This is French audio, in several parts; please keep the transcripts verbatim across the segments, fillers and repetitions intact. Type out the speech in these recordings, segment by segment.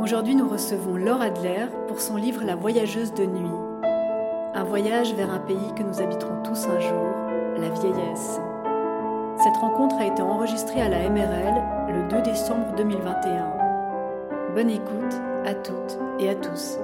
Aujourd'hui, nous recevons Laure Adler pour son livre La voyageuse de nuit. Un voyage vers un pays que nous habiterons tous un jour, la vieillesse. Cette rencontre a été enregistrée à la M R L le deux décembre deux mille vingt et un. Bonne écoute à toutes et à tous.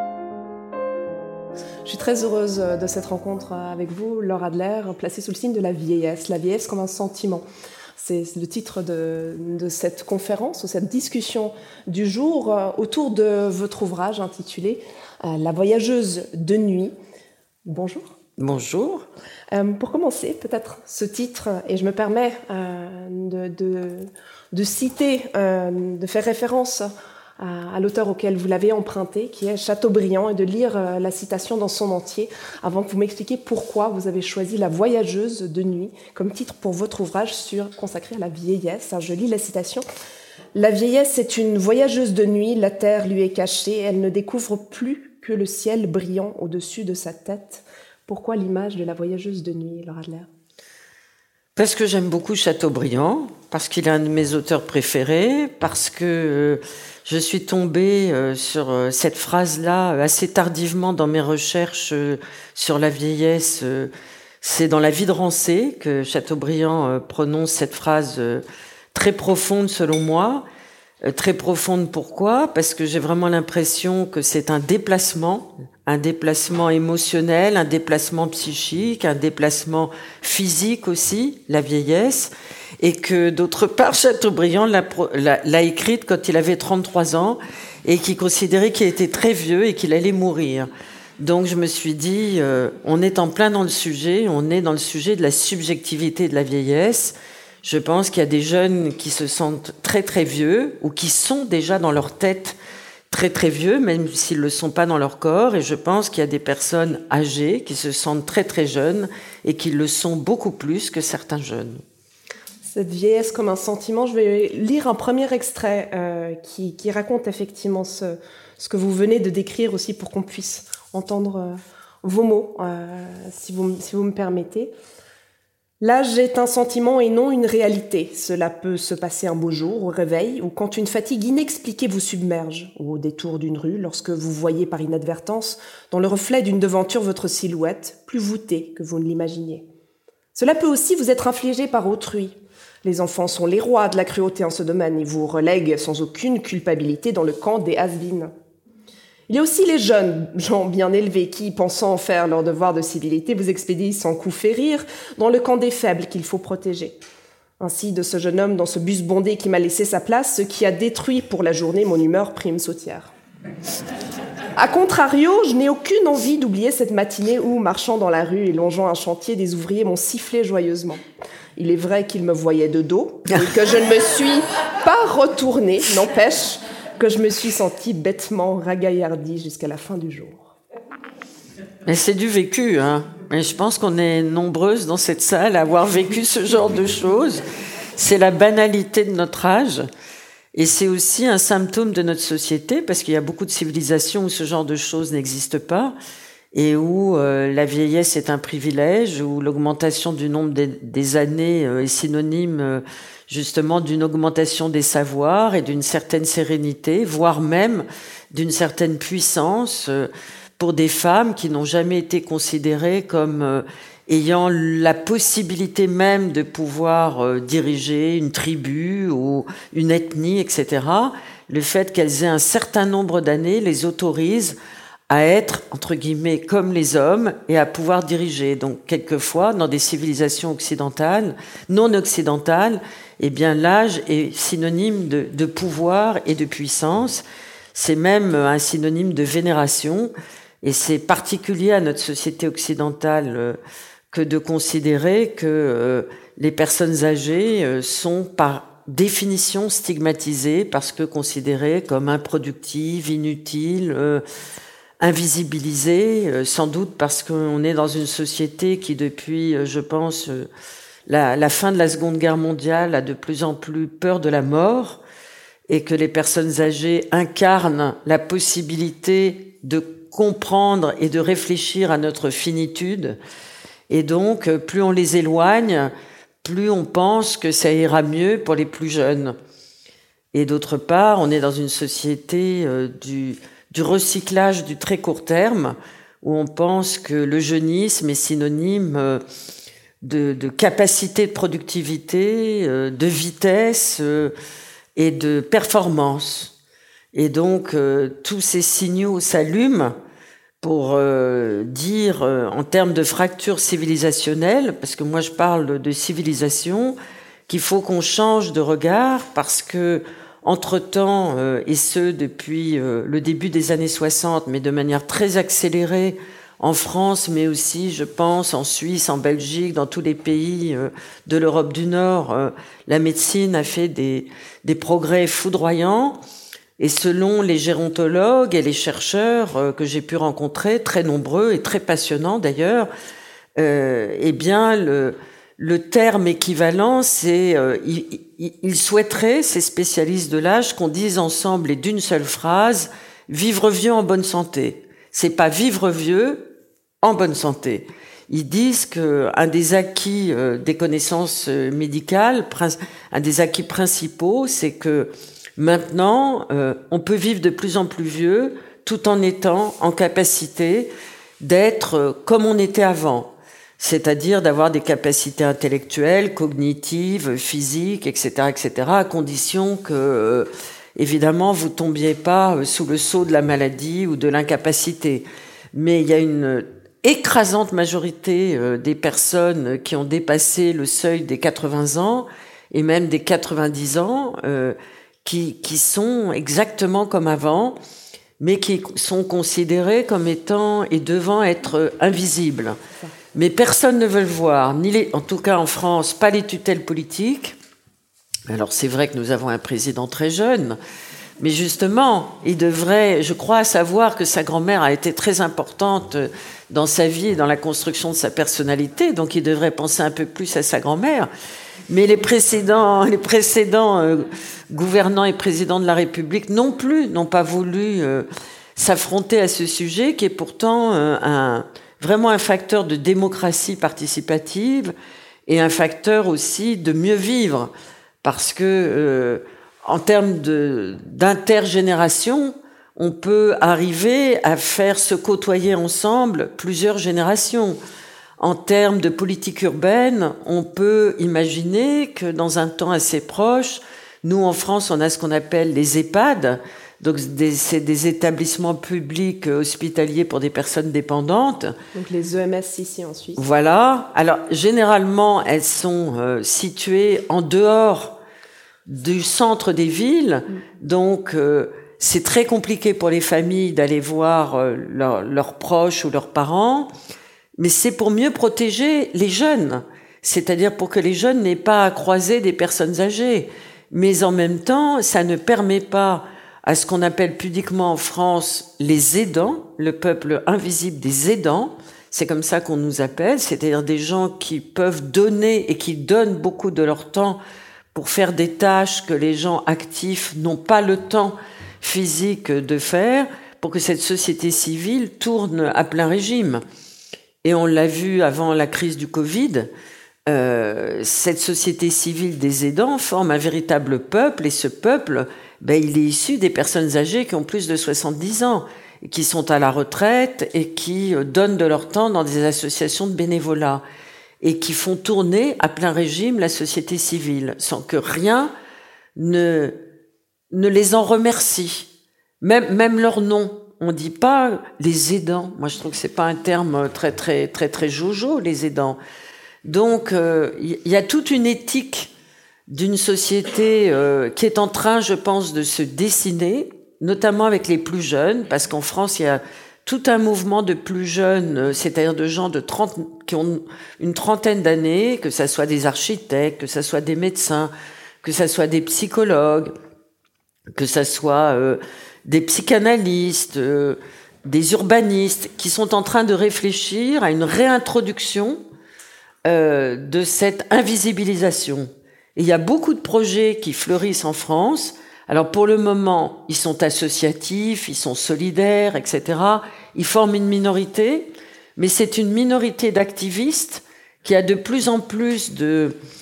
Je suis très heureuse de cette rencontre avec vous, Laure Adler, placée sous le signe de la vieillesse. La vieillesse comme un sentiment. C'est le titre de, de cette conférence, ou cette discussion du jour autour de votre ouvrage intitulé « La voyageuse de nuit ». Bonjour. Bonjour. Euh, pour commencer, peut-être ce titre, et je me permets euh, de, de, de citer, euh, de faire référence à, à l'auteur auquel vous l'avez emprunté, qui est Chateaubriand, et de lire euh, la citation dans son entier, avant que vous m'expliquiez pourquoi vous avez choisi La voyageuse de nuit comme titre pour votre ouvrage sur, consacré à la vieillesse. Alors, je lis la citation. « La vieillesse est une voyageuse de nuit, la terre lui est cachée, elle ne découvre plus que le ciel brillant au-dessus de sa tête. » Pourquoi l'image de la voyageuse de nuit, Laure Adler ? Parce que j'aime beaucoup Chateaubriand, parce qu'il est un de mes auteurs préférés, parce que euh, je suis tombée euh, sur euh, cette phrase-là euh, assez tardivement dans mes recherches euh, sur la vieillesse. Euh, c'est dans La Vie de Rancé que Chateaubriand euh, prononce cette phrase euh, très profonde selon moi. Euh, très profonde pourquoi ? Parce que j'ai vraiment l'impression que c'est un déplacement, un déplacement émotionnel, un déplacement psychique, un déplacement physique aussi, la vieillesse, et que d'autre part Chateaubriand l'a, l'a, l'a écrite quand il avait trente-trois ans et qu'il considérait qu'il était très vieux et qu'il allait mourir. Donc je me suis dit, euh, on est en plein dans le sujet, on est dans le sujet de la subjectivité de la vieillesse. Je pense qu'il y a des jeunes qui se sentent très très vieux ou qui sont déjà dans leur tête très très vieux, même s'ils ne le sont pas dans leur corps. Et je pense qu'il y a des personnes âgées qui se sentent très très jeunes et qui le sont beaucoup plus que certains jeunes. Cette vieillesse comme un sentiment, je vais lire un premier extrait euh, qui, qui raconte effectivement ce, ce que vous venez de décrire aussi pour qu'on puisse entendre euh, vos mots, euh, si vous, si vous me permettez. L'âge est un sentiment et non une réalité. Cela peut se passer un beau jour, au réveil, ou quand une fatigue inexpliquée vous submerge, ou au détour d'une rue, lorsque vous voyez par inadvertance, dans le reflet d'une devanture, votre silhouette, plus voûtée que vous ne l'imaginiez. Cela peut aussi vous être infligé par autrui. Les enfants sont les rois de la cruauté en ce domaine et vous relèguent sans aucune culpabilité dans le camp des has-beens. Il y a aussi les jeunes, gens bien élevés, qui, pensant faire leur devoir de civilité, vous expédient sans coup férir dans le camp des faibles qu'il faut protéger. Ainsi, de ce jeune homme dans ce bus bondé qui m'a laissé sa place, ce qui a détruit pour la journée mon humeur prime sautière. A contrario, je n'ai aucune envie d'oublier cette matinée où, marchant dans la rue et longeant un chantier, des ouvriers m'ont sifflé joyeusement. Il est vrai qu'ils me voyaient de dos et que je ne me suis pas retournée, n'empêche que je me suis sentie bêtement ragaillardie jusqu'à la fin du jour. Mais c'est du vécu, hein. Et je pense qu'on est nombreuses dans cette salle à avoir vécu ce genre de choses. C'est la banalité de notre âge. Et c'est aussi un symptôme de notre société, parce qu'il y a beaucoup de civilisations où ce genre de choses n'existe pas, et où euh, la vieillesse est un privilège, où l'augmentation du nombre des, des années euh, est synonyme euh, justement d'une augmentation des savoirs et d'une certaine sérénité, voire même d'une certaine puissance euh, pour des femmes qui n'ont jamais été considérées comme euh, ayant la possibilité même de pouvoir euh, diriger une tribu ou une ethnie, et cetera. Le fait qu'elles aient un certain nombre d'années les autorise à être, entre guillemets, comme les hommes et à pouvoir diriger. Donc, quelquefois, dans des civilisations occidentales, non occidentales, eh bien, l'âge est synonyme de, de pouvoir et de puissance. C'est même un synonyme de vénération. Et c'est particulier à notre société occidentale euh, que de considérer que euh, les personnes âgées euh, sont par définition stigmatisées parce que considérées comme improductives, inutiles, euh, invisibilisées, euh, sans doute parce qu'on est dans une société qui, depuis, euh, je pense, euh, la, la fin de la Seconde Guerre mondiale, a de plus en plus peur de la mort et que les personnes âgées incarnent la possibilité de comprendre et de réfléchir à notre finitude. Et donc, plus on les éloigne, plus on pense que ça ira mieux pour les plus jeunes. Et d'autre part, on est dans une société euh, du, du recyclage du très court terme, où on pense que le jeunisme est synonyme euh, de, de capacité de productivité, euh, de vitesse euh, et de performance. Et donc, euh, tous ces signaux s'allument pour euh, dire, euh, en termes de fracture civilisationnelle, parce que moi je parle de civilisation, qu'il faut qu'on change de regard, parce que entre-temps, euh, et ce depuis euh, le début des années soixante, mais de manière très accélérée, en France, mais aussi, je pense, en Suisse, en Belgique, dans tous les pays euh, de l'Europe du Nord, euh, la médecine a fait des, des progrès foudroyants. Et selon les gérontologues et les chercheurs euh, que j'ai pu rencontrer, très nombreux et très passionnants d'ailleurs, euh, eh bien, le, le terme équivalent, c'est euh, ils, ils souhaiteraient, ces spécialistes de l'âge, qu'on dise ensemble et d'une seule phrase, vivre vieux en bonne santé. C'est pas vivre vieux en bonne santé. Ils disent que un des acquis euh, des connaissances médicales, un des acquis principaux, c'est que maintenant, euh, on peut vivre de plus en plus vieux tout en étant en capacité d'être euh, comme on était avant, c'est-à-dire d'avoir des capacités intellectuelles, cognitives, physiques, et cetera, et cetera, à condition que, euh, évidemment, vous tombiez pas sous le sceau de la maladie ou de l'incapacité. Mais il y a une écrasante majorité euh, des personnes qui ont dépassé le seuil des quatre-vingts ans et même des quatre-vingt-dix ans, euh, qui, qui sont exactement comme avant, mais qui sont considérés comme étant et devant être invisibles. Mais personne ne veut le voir, ni les, en tout cas en France, pas les tutelles politiques. Alors c'est vrai que nous avons un président très jeune, mais justement, il devrait, je crois savoir que sa grand-mère a été très importante dans sa vie et dans la construction de sa personnalité, donc il devrait penser un peu plus à sa grand-mère. Mais les précédents, les précédents euh, gouvernants et présidents de la République non plus n'ont pas voulu euh, s'affronter à ce sujet, qui est pourtant euh, un, vraiment un facteur de démocratie participative et un facteur aussi de mieux vivre, parce que euh, en termes de, d'intergénération, on peut arriver à faire se côtoyer ensemble plusieurs générations. En termes de politique urbaine, on peut imaginer que dans un temps assez proche, nous en France, on a ce qu'on appelle les EHPAD, donc des, c'est des établissements publics hospitaliers pour des personnes dépendantes. Donc les E M S ici en Suisse. Voilà. Alors généralement, elles sont euh, situées en dehors du centre des villes, mmh. donc euh, c'est très compliqué pour les familles d'aller voir euh, leur, leurs proches ou leurs parents. Mais c'est pour mieux protéger les jeunes, c'est-à-dire pour que les jeunes n'aient pas à croiser des personnes âgées. Mais en même temps, ça ne permet pas à ce qu'on appelle pudiquement en France les aidants, le peuple invisible des aidants, c'est comme ça qu'on nous appelle, c'est-à-dire des gens qui peuvent donner et qui donnent beaucoup de leur temps pour faire des tâches que les gens actifs n'ont pas le temps physique de faire, pour que cette société civile tourne à plein régime. Et on l'a vu avant la crise du Covid, euh, cette société civile des aidants forme un véritable peuple, et ce peuple, ben, il est issu des personnes âgées qui ont plus de soixante-dix ans, et qui sont à la retraite et qui donnent de leur temps dans des associations de bénévolat, et qui font tourner à plein régime la société civile, sans que rien ne, ne les en remercie. Même, même leur nom. On dit pas les aidants. Moi, je trouve que c'est pas un terme très, très, très, très jojo, les aidants. Donc, il euh, y a toute une éthique d'une société euh, qui est en train, je pense, de se dessiner, notamment avec les plus jeunes, parce qu'en France, il y a tout un mouvement de plus jeunes, c'est-à-dire de gens de trente, qui ont une trentaine d'années, que ça soit des architectes, que ça soit des médecins, que ça soit des psychologues, que ça soit euh, des psychanalystes, euh, des urbanistes, qui sont en train de réfléchir à une réintroduction euh, de cette invisibilisation. Et il y a beaucoup de projets qui fleurissent en France. Alors pour le moment, ils sont associatifs, ils sont solidaires, et cetera. Ils forment une minorité, mais c'est une minorité d'activistes qui a de plus en plus de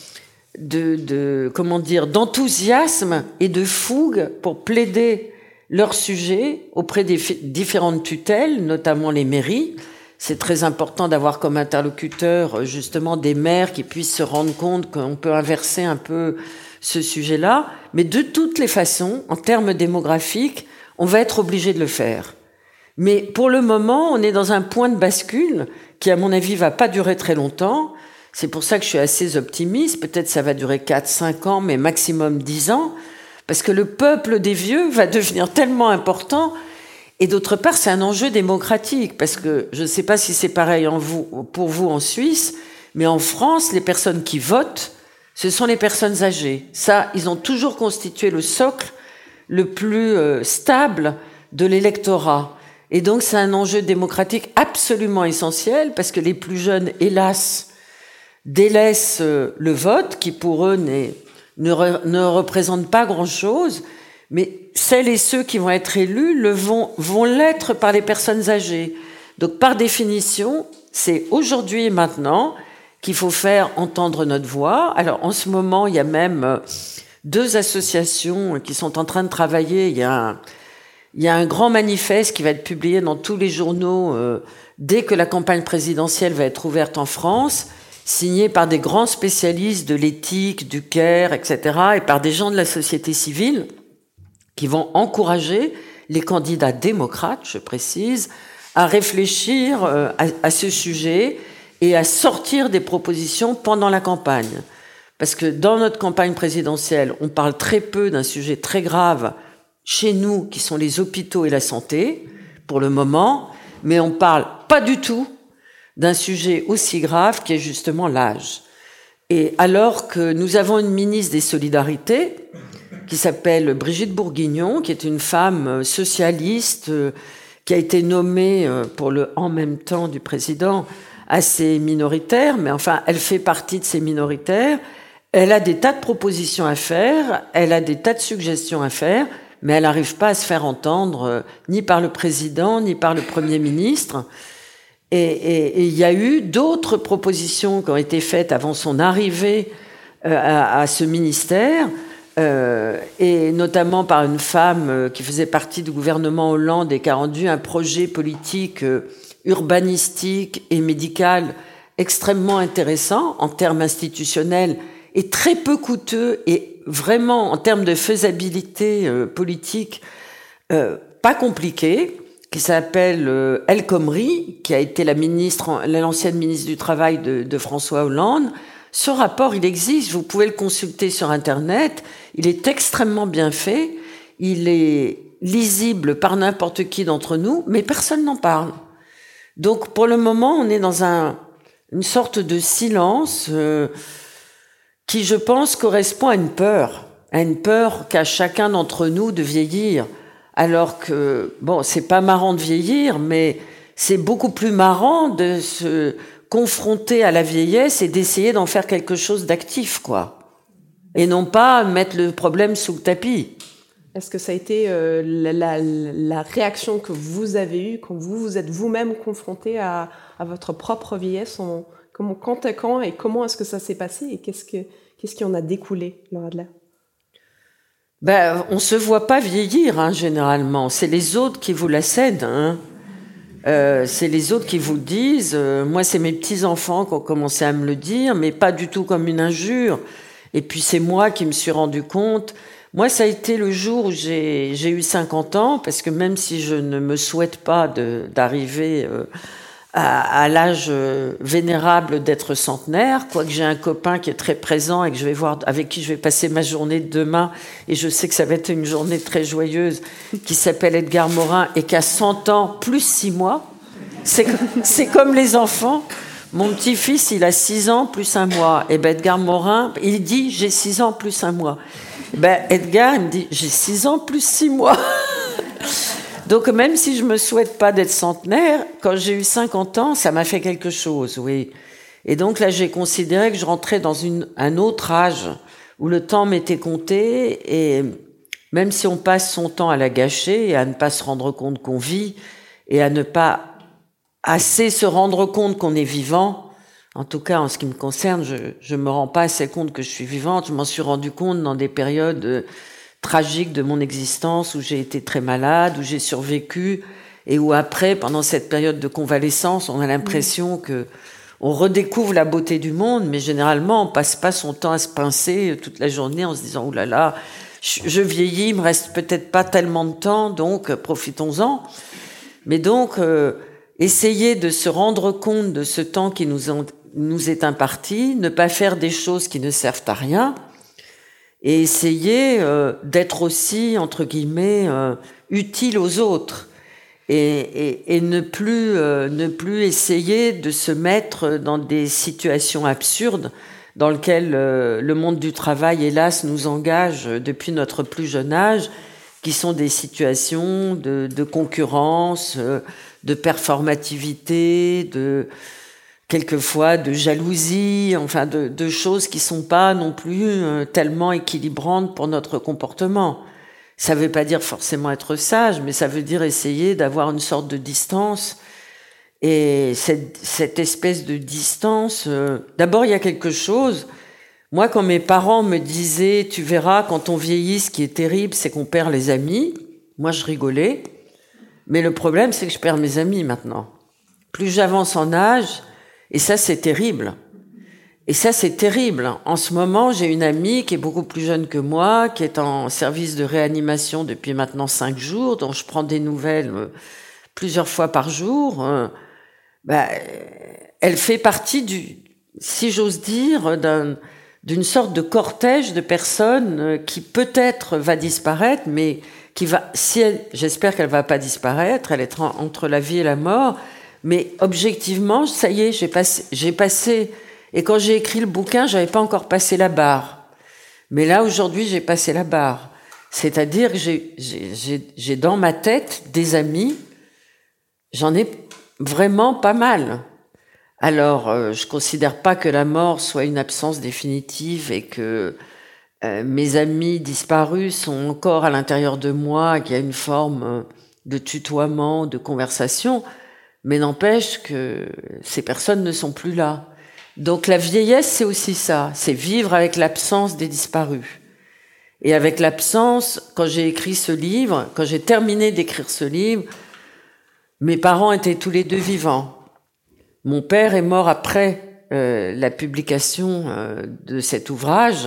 de, de comment dire, d'enthousiasme et de fougue pour plaider leur sujet auprès des f- différentes tutelles, notamment les mairies. C'est très important d'avoir comme interlocuteur justement des maires qui puissent se rendre compte qu'on peut inverser un peu ce sujet-là. Mais de toutes les façons, en termes démographiques, on va être obligé de le faire. Mais pour le moment, on est dans un point de bascule qui, à mon avis, va pas durer très longtemps. C'est pour ça que je suis assez optimiste. Peut-être ça va durer quatre, cinq ans, mais maximum dix ans. Parce que le peuple des vieux va devenir tellement important. Et d'autre part, c'est un enjeu démocratique. Parce que je ne sais pas si c'est pareil en vous, pour vous en Suisse, mais en France, les personnes qui votent, ce sont les personnes âgées. Ça, ils ont toujours constitué le socle le plus euh, stable de l'électorat. Et donc, c'est un enjeu démocratique absolument essentiel parce que les plus jeunes, hélas, délaissent euh, le vote, qui pour eux n'est, ne, re, ne représente pas grand-chose. Mais celles et ceux qui vont être élus le vont, vont l'être par les personnes âgées. Donc, par définition, c'est aujourd'hui et maintenant qu'il faut faire entendre notre voix. Alors, en ce moment, il y a même deux associations qui sont en train de travailler. Il y a un, il y a un grand manifeste qui va être publié dans tous les journaux euh, dès que la campagne présidentielle va être ouverte en France, signé par des grands spécialistes de l'éthique, du care, et cetera, et par des gens de la société civile qui vont encourager les candidats démocrates, je précise, à réfléchir euh, à, à ce sujet et à sortir des propositions pendant la campagne. Parce que dans notre campagne présidentielle, on parle très peu d'un sujet très grave chez nous, qui sont les hôpitaux et la santé, pour le moment, mais on parle pas du tout d'un sujet aussi grave qui est justement l'âge. Et alors que nous avons une ministre des Solidarités, qui s'appelle Brigitte Bourguignon, qui est une femme socialiste, qui a été nommée pour le « en même temps » du président, assez minoritaire, mais enfin, elle fait partie de ces minoritaires. Elle a des tas de propositions à faire, elle a des tas de suggestions à faire, mais elle n'arrive pas à se faire entendre euh, ni par le président, ni par le Premier ministre. Et il y a eu d'autres propositions qui ont été faites avant son arrivée euh, à, à ce ministère, euh, et notamment par une femme euh, qui faisait partie du gouvernement Hollande et qui a rendu un projet politique euh, urbanistique et médical extrêmement intéressant en termes institutionnels et très peu coûteux et vraiment en termes de faisabilité euh, politique euh, pas compliqué, qui s'appelle euh, El Khomri, qui a été la ministre, l'ancienne ministre du Travail de, de François Hollande. Ce rapport, il existe, vous pouvez le consulter sur Internet, il est extrêmement bien fait, il est lisible par n'importe qui d'entre nous, mais personne n'en parle. Donc pour le moment, on est dans un, une sorte de silence euh, qui, je pense, correspond à une peur, à une peur qu'a chacun d'entre nous de vieillir. Alors que, bon, c'est pas marrant de vieillir, mais c'est beaucoup plus marrant de se confronter à la vieillesse et d'essayer d'en faire quelque chose d'actif, quoi. Et non pas mettre le problème sous le tapis. Est-ce que ça a été euh, la, la, la réaction que vous avez eue quand vous vous êtes vous-même confronté à, à votre propre vieillesse en, comment, quand, quand et comment est-ce que ça s'est passé et qu'est-ce, que, qu'est-ce qui en a découlé, Laure Adler? Ben, on se voit pas vieillir, hein, généralement. C'est les autres qui vous la cèdent, hein. Euh, c'est les autres qui vous le disent. Euh, moi, c'est mes petits-enfants qui ont commencé à me le dire, mais pas du tout comme une injure. Et puis, c'est moi qui me suis rendu compte. Moi, ça a été le jour où j'ai, j'ai eu cinquante ans, parce que même si je ne me souhaite pas de, d'arriver euh, à, à l'âge euh, vénérable d'être centenaire, quoique j'ai un copain qui est très présent et que je vais voir, avec qui je vais passer ma journée demain, et je sais que ça va être une journée très joyeuse, qui s'appelle Edgar Morin et qui a cent ans plus six mois. C'est, c'est comme les enfants. Mon petit-fils, il a six ans plus un mois. Et ben Edgar Morin, il dit j'ai six ans plus un mois. Ben Edgar, il me dit j'ai six ans plus six mois. Donc même si je me souhaite pas d'être centenaire, quand j'ai eu cinquante ans, ça m'a fait quelque chose, oui. Et donc là, j'ai considéré que je rentrais dans une, un autre âge où le temps m'était compté, et même si on passe son temps à la gâcher et à ne pas se rendre compte qu'on vit et à ne pas assez se rendre compte qu'on est vivant, En tout cas, en ce qui me concerne, je je me rends pas assez compte que je suis vivante. Je m'en suis rendu compte dans des périodes euh, tragiques de mon existence où j'ai été très malade, où j'ai survécu et où après, pendant cette période de convalescence, on a l'impression que on redécouvre la beauté du monde, mais généralement, on passe pas son temps à se pincer toute la journée en se disant « Ouh là là, je, je vieillis, il me reste peut-être pas tellement de temps, donc profitons-en ». Mais donc, euh, essayer de se rendre compte de ce temps qui nous, en, nous est imparti, ne pas faire des choses qui ne servent à rien, et essayer euh, d'être aussi, entre guillemets, euh, utile aux autres. Et, et, et ne plus euh, ne plus essayer de se mettre dans des situations absurdes dans lesquelles euh, le monde du travail, hélas, nous engage depuis notre plus jeune âge, qui sont des situations de, de concurrence, euh, de performativité, de quelquefois de jalousie, enfin de, de choses qui sont pas non plus euh, tellement équilibrantes pour notre comportement. Ça veut pas dire forcément être sage, mais ça veut dire essayer d'avoir une sorte de distance. Et cette, cette espèce de distance, euh, d'abord il y a quelque chose. Moi, quand mes parents me disaient, tu verras, quand on vieillit, ce qui est terrible, c'est qu'on perd les amis. Moi, je rigolais. Mais le problème, c'est que je perds mes amis maintenant. Plus j'avance en âge, et ça, c'est terrible. Et ça, c'est terrible. En ce moment, j'ai une amie qui est beaucoup plus jeune que moi, qui est en service de réanimation depuis maintenant cinq jours, dont je prends des nouvelles plusieurs fois par jour. Bah, elle fait partie du, si j'ose dire, d'un, d'une sorte de cortège de personnes qui peut-être va disparaître, mais qui va, si elle, j'espère qu'elle va pas disparaître, elle est entre la vie et la mort, mais objectivement, ça y est, j'ai passé, j'ai passé, et quand j'ai écrit le bouquin, j'avais pas encore passé la barre. Mais là, aujourd'hui, j'ai passé la barre. C'est-à-dire que j'ai, j'ai, j'ai, j'ai dans ma tête des amis, j'en ai vraiment pas mal. Alors, euh, je considère pas que la mort soit une absence définitive et que euh, mes amis disparus sont encore à l'intérieur de moi, qu'il y a une forme de tutoiement, de conversation, mais n'empêche que ces personnes ne sont plus là. Donc la vieillesse, c'est aussi ça, c'est vivre avec l'absence des disparus. Et avec l'absence, quand j'ai écrit ce livre, quand j'ai terminé d'écrire ce livre, mes parents étaient tous les deux vivants. Mon père est mort après euh, la publication euh, de cet ouvrage.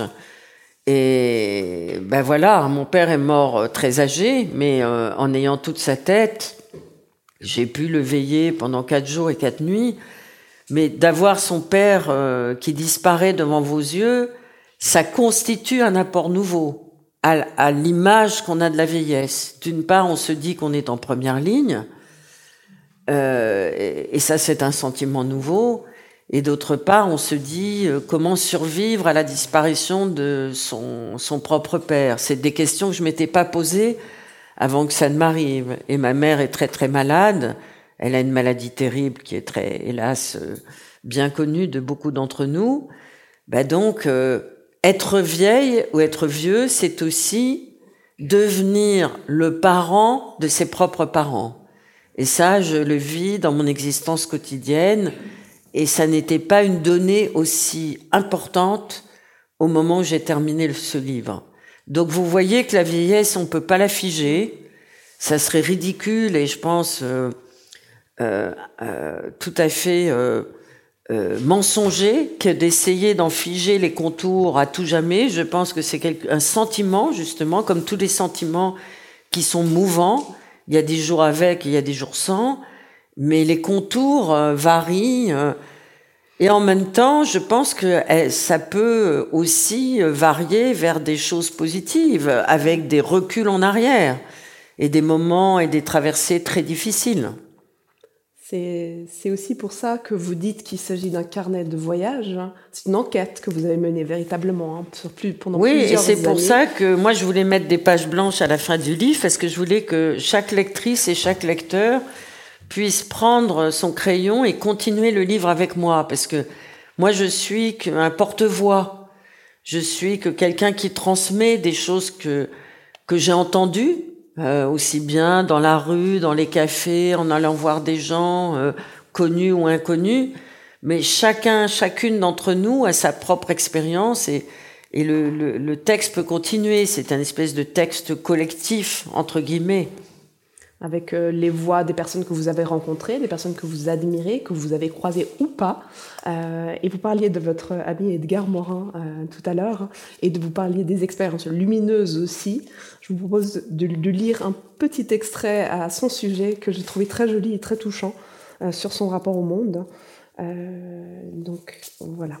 Et ben voilà, mon père est mort très âgé, mais euh, en ayant toute sa tête, j'ai pu le veiller pendant quatre jours et quatre nuits. Mais d'avoir son père euh, qui disparaît devant vos yeux, ça constitue un apport nouveau à, à l'image qu'on a de la vieillesse. D'une part, on se dit qu'on est en première ligne, euh, et, et ça c'est un sentiment nouveau. Et d'autre part, on se dit euh, comment survivre à la disparition de son, son propre père. C'est des questions que je m'étais pas posées avant que ça ne m'arrive. Et ma mère est très très malade. Elle a une maladie terrible qui est très, hélas, euh, bien connue de beaucoup d'entre nous. Bah donc, euh, être vieille ou être vieux, c'est aussi devenir le parent de ses propres parents. Et ça, je le vis dans mon existence quotidienne. Et ça n'était pas une donnée aussi importante au moment où j'ai terminé ce livre. Donc vous voyez que la vieillesse, on peut pas la figer. Ça serait ridicule et je pense euh, euh, euh, tout à fait euh, euh, mensonger que d'essayer d'en figer les contours à tout jamais. Je pense que c'est quelque, un sentiment, justement, comme tous les sentiments qui sont mouvants. Il y a des jours avec, il y a des jours sans. Mais les contours euh, varient euh, et en même temps, je pense que eh, ça peut aussi varier vers des choses positives, avec des reculs en arrière et des moments et des traversées très difficiles. C'est, c'est aussi pour ça que vous dites qu'il s'agit d'un carnet de voyage. C'est une enquête que vous avez menée véritablement hein, sur plus, pendant oui, plusieurs années. Oui, et c'est pour ça que moi je voulais mettre des pages blanches à la fin du livre, parce que je voulais que chaque lectrice et chaque lecteur puisse prendre son crayon et continuer le livre avec moi, parce que moi je suis qu'un porte-voix, je suis que quelqu'un qui transmet des choses que que j'ai entendues, euh, aussi bien dans la rue, dans les cafés, en allant voir des gens euh, connus ou inconnus, mais chacun, chacune d'entre nous a sa propre expérience et, et le, le, le texte peut continuer. C'est un espèce de texte collectif, entre guillemets. Avec euh, les voix des personnes que vous avez rencontrées, des personnes que vous admirez, que vous avez croisées ou pas. Euh, et vous parliez de votre ami Edgar Morin euh, tout à l'heure, et de vous parliez des expériences lumineuses aussi. Je vous propose de, de lire un petit extrait à son sujet que j'ai trouvé très joli et très touchant euh, sur son rapport au monde. Euh, donc voilà.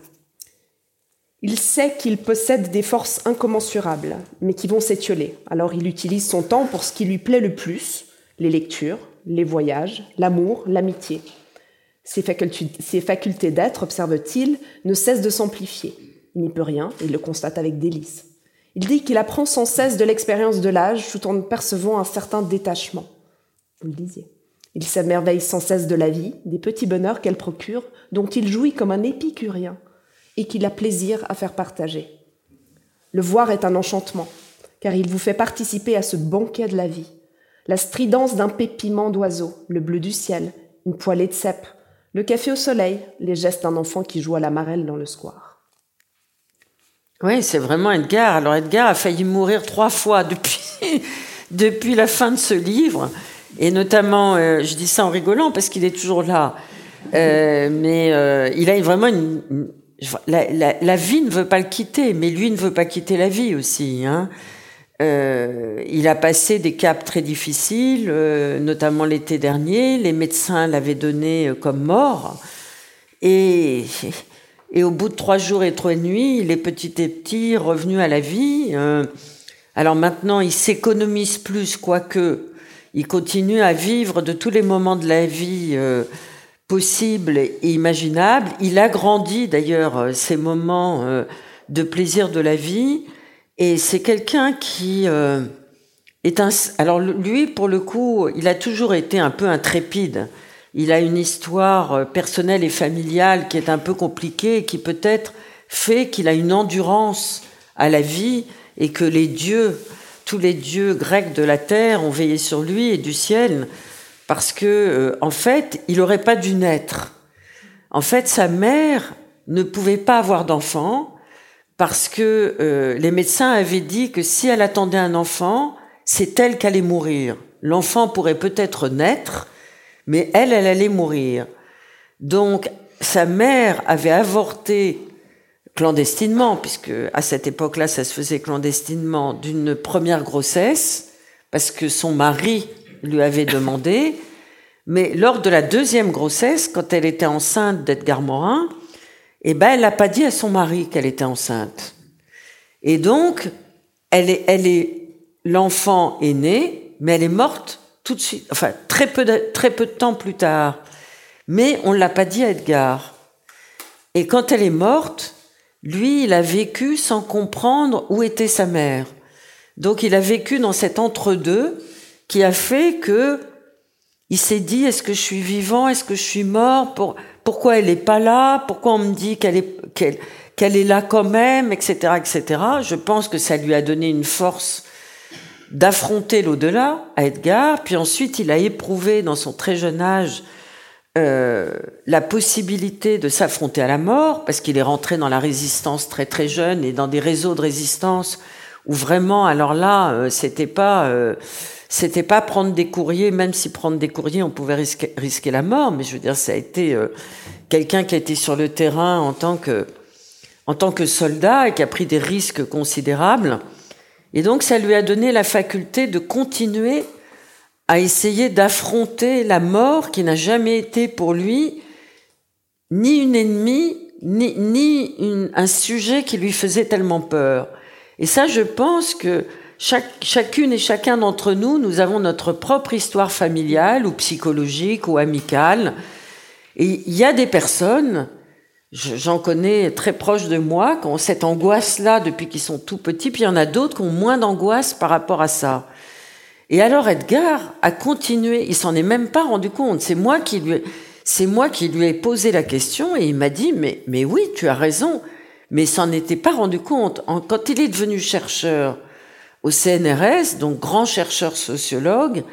Il sait qu'il possède des forces incommensurables, mais qui vont s'étioler. Alors il utilise son temps pour ce qui lui plaît le plus, les lectures, les voyages, l'amour, l'amitié. Ses facultés, ses facultés d'être, observe-t-il, ne cessent de s'amplifier. Il n'y peut rien, il le constate avec délice. Il dit qu'il apprend sans cesse de l'expérience de l'âge tout en percevant un certain détachement. Vous le disiez. Il s'émerveille sans cesse de la vie, des petits bonheurs qu'elle procure, dont il jouit comme un épicurien, et qu'il a plaisir à faire partager. Le voir est un enchantement, car il vous fait participer à ce banquet de la vie. La stridence d'un pépiment d'oiseau, le bleu du ciel, une poêlée de cèpe, le café au soleil, les gestes d'un enfant qui joue à la marelle dans le square. Oui, c'est vraiment Edgar. Alors Edgar a failli mourir trois fois depuis, depuis la fin de ce livre. Et notamment, euh, je dis ça en rigolant parce qu'il est toujours là. Euh, mais euh, il a vraiment une... une la, la, la vie ne veut pas le quitter, mais lui ne veut pas quitter la vie aussi. Hein. Euh, il a passé des caps très difficiles, euh, notamment l'été dernier. Les médecins l'avaient donné comme mort. Et... Et au bout de trois jours et trois nuits, il est petit à petit revenu à la vie. Euh, alors maintenant, il s'économise plus, quoique il continue à vivre de tous les moments de la vie euh, possibles et imaginables. Il agrandit d'ailleurs ces moments euh, de plaisir de la vie. Et c'est quelqu'un qui euh, est un... Alors lui, pour le coup, il a toujours été un peu intrépide. Il a une histoire personnelle et familiale qui est un peu compliquée et qui peut-être fait qu'il a une endurance à la vie et que les dieux, tous les dieux grecs de la terre ont veillé sur lui et du ciel parce que, euh, en fait, il n'aurait pas dû naître. En fait, sa mère ne pouvait pas avoir d'enfant parce que euh, les médecins avaient dit que si elle attendait un enfant, c'est elle qui allait mourir. L'enfant pourrait peut-être naître, mais elle, elle allait mourir. Donc, sa mère avait avorté clandestinement, puisque à cette époque-là, ça se faisait clandestinement, d'une première grossesse, parce que son mari lui avait demandé. Mais lors de la deuxième grossesse, quand elle était enceinte d'Edgar Morin, eh ben, elle n'a pas dit à son mari qu'elle était enceinte. Et donc, elle est, elle est, l'enfant est né, mais elle est morte tout de suite, enfin très peu de, très peu de temps plus tard. Mais on ne l'a pas dit à Edgar. Et quand elle est morte, lui, il a vécu sans comprendre où était sa mère. Donc il a vécu dans cet entre-deux qui a fait que il s'est dit, est-ce que je suis vivant, est-ce que je suis mort, pour, pourquoi elle n'est pas là, pourquoi on me dit qu'elle est, qu'elle, qu'elle est là quand même, et cetera, et cetera. Je pense que ça lui a donné une force d'affronter l'au-delà à Edgar, puis ensuite il a éprouvé dans son très jeune âge euh, la possibilité de s'affronter à la mort, parce qu'il est rentré dans la résistance très très jeune et dans des réseaux de résistance où vraiment, alors là, euh, c'était pas euh, c'était pas prendre des courriers, même si prendre des courriers on pouvait risquer, risquer la mort, mais je veux dire, ça a été euh, quelqu'un qui a été sur le terrain en tant que en tant que soldat et qui a pris des risques considérables. Et donc, ça lui a donné la faculté de continuer à essayer d'affronter la mort qui n'a jamais été pour lui ni une ennemie, ni, ni une, un sujet qui lui faisait tellement peur. Et ça, je pense que chaque, chacune et chacun d'entre nous, nous avons notre propre histoire familiale ou psychologique ou amicale. Et il y a des personnes... J'en connais très proches de moi, qui ont cette angoisse-là depuis qu'ils sont tout petits, puis il y en a d'autres qui ont moins d'angoisse par rapport à ça. Et alors Edgar a continué, il s'en est même pas rendu compte. C'est moi qui lui, c'est moi qui lui ai posé la question et il m'a dit, mais, mais oui, tu as raison, mais il s'en était pas rendu compte. Quand il est devenu chercheur au C N R S, donc grand chercheur sociologue,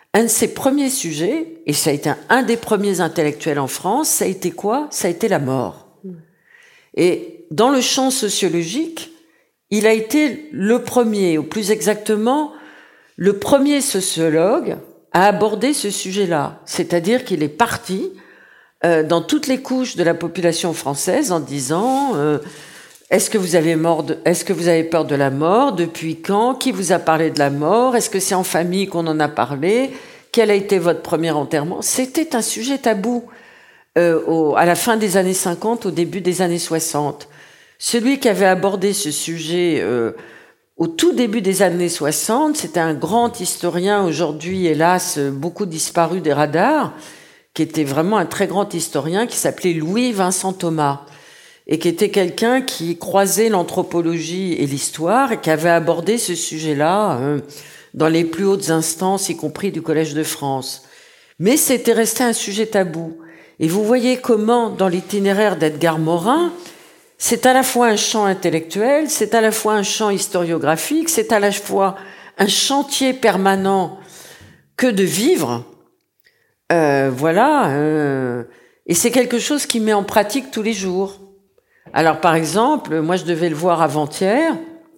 un de ses premiers sujets, et ça a été un, un des premiers intellectuels en France, ça a été quoi? Ça a été la mort. Mmh. Et dans le champ sociologique, il a été le premier, ou plus exactement, le premier sociologue à aborder ce sujet-là. C'est-à-dire qu'il est parti euh, dans toutes les couches de la population française en disant euh, est-ce que vous avez mort de, est-ce que vous avez peur de la mort? Depuis quand? Qui vous a parlé de la mort? Est-ce que c'est en famille qu'on en a parlé? Quel a été votre premier enterrement? C'était un sujet tabou euh, au, à la fin des années cinquante, au début des années soixante. Celui qui avait abordé ce sujet euh, au tout début des années soixante, c'était un grand historien, aujourd'hui, hélas, beaucoup disparu des radars, qui était vraiment un très grand historien, qui s'appelait Louis-Vincent Thomas, et qui était quelqu'un qui croisait l'anthropologie et l'histoire, et qui avait abordé ce sujet-là euh, dans les plus hautes instances, y compris du Collège de France. Mais c'était resté un sujet tabou. Et vous voyez comment, dans l'itinéraire d'Edgar Morin, c'est à la fois un champ intellectuel, c'est à la fois un champ historiographique, c'est à la fois un chantier permanent que de vivre. Euh, voilà. Euh, et c'est quelque chose qu'il met en pratique tous les jours. Alors, par exemple, moi, je devais le voir avant-hier.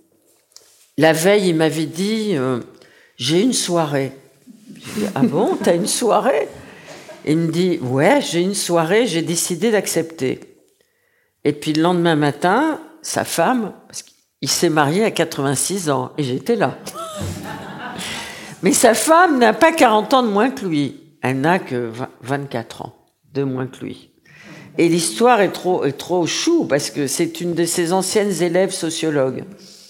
La veille, il m'avait dit euh, « J'ai une soirée ». Je dis « Ah bon, t'as une soirée ?» Il me dit « Ouais, j'ai une soirée, j'ai décidé d'accepter ». Et puis le lendemain matin, sa femme, parce qu'il s'est marié à quatre-vingt-six ans, et j'étais là. Mais sa femme n'a pas quarante ans de moins que lui. Elle n'a que vingt-quatre ans de moins que lui. Et l'histoire est trop, est trop chou, parce que c'est une de ses anciennes élèves sociologues.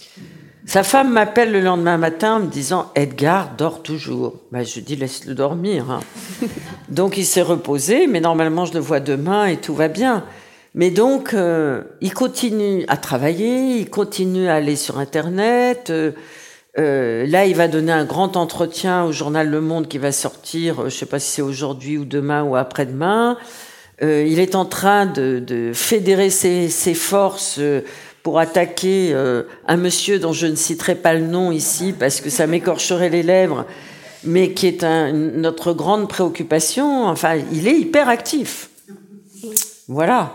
Sa femme m'appelle le lendemain matin en me disant « Edgar dort toujours ». Ben, je dis « Laisse-le dormir. Hein. » Donc il s'est reposé, mais normalement je le vois demain et tout va bien. Mais donc, euh, il continue à travailler, il continue à aller sur Internet. Euh, euh, là, il va donner un grand entretien au journal Le Monde qui va sortir, je ne sais pas si c'est aujourd'hui ou demain ou après-demain. Euh, il est en train de, de fédérer ses, ses forces euh, pour attaquer euh, un monsieur dont je ne citerai pas le nom ici parce que ça m'écorcherait les lèvres, mais qui est un, notre grande préoccupation. Enfin, il est hyper actif. Voilà.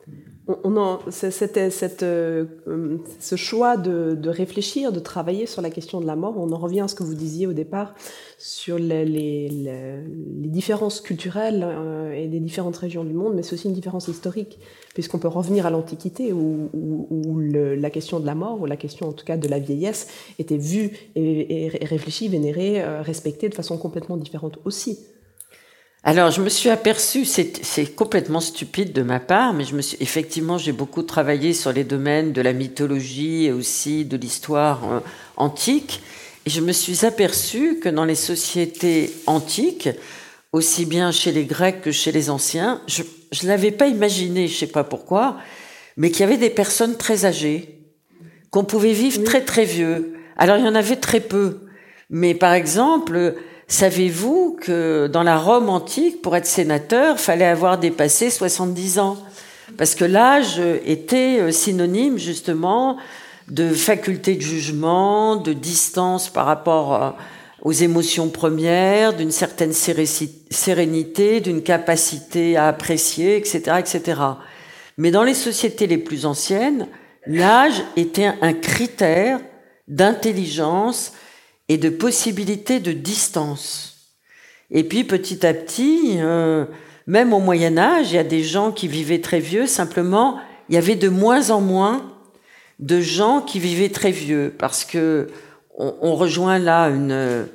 On a cette, cette, euh, ce choix de, de réfléchir, de travailler sur la question de la mort. On en revient à ce que vous disiez au départ sur les, les, les, les différences culturelles euh, et des différentes régions du monde, mais c'est aussi une différence historique, puisqu'on peut revenir à l'Antiquité où, où, où le, la question de la mort, ou la question en tout cas de la vieillesse, était vue et, et réfléchie, vénérée, euh, respectée de façon complètement différente aussi. Alors, je me suis aperçue, c'est, c'est complètement stupide de ma part, mais je me suis, effectivement, j'ai beaucoup travaillé sur les domaines de la mythologie et aussi de l'histoire euh, antique. Et je me suis aperçue que dans les sociétés antiques, aussi bien chez les Grecs que chez les Anciens, je ne l'avais pas imaginé, je ne sais pas pourquoi, mais qu'il y avait des personnes très âgées, qu'on pouvait vivre très très vieux. Alors, il y en avait très peu. Mais par exemple... Savez-vous que dans la Rome antique, pour être sénateur, fallait avoir dépassé soixante-dix ans? Parce que l'âge était synonyme justement de faculté de jugement, de distance par rapport aux émotions premières, d'une certaine sérénité, d'une capacité à apprécier, et cetera, et cetera. Mais dans les sociétés les plus anciennes, l'âge était un critère d'intelligence et de possibilités de distance. Et puis petit à petit, euh, même au Moyen-Âge, il y a des gens qui vivaient très vieux, simplement, il y avait de moins en moins de gens qui vivaient très vieux, parce que on, on rejoint là une,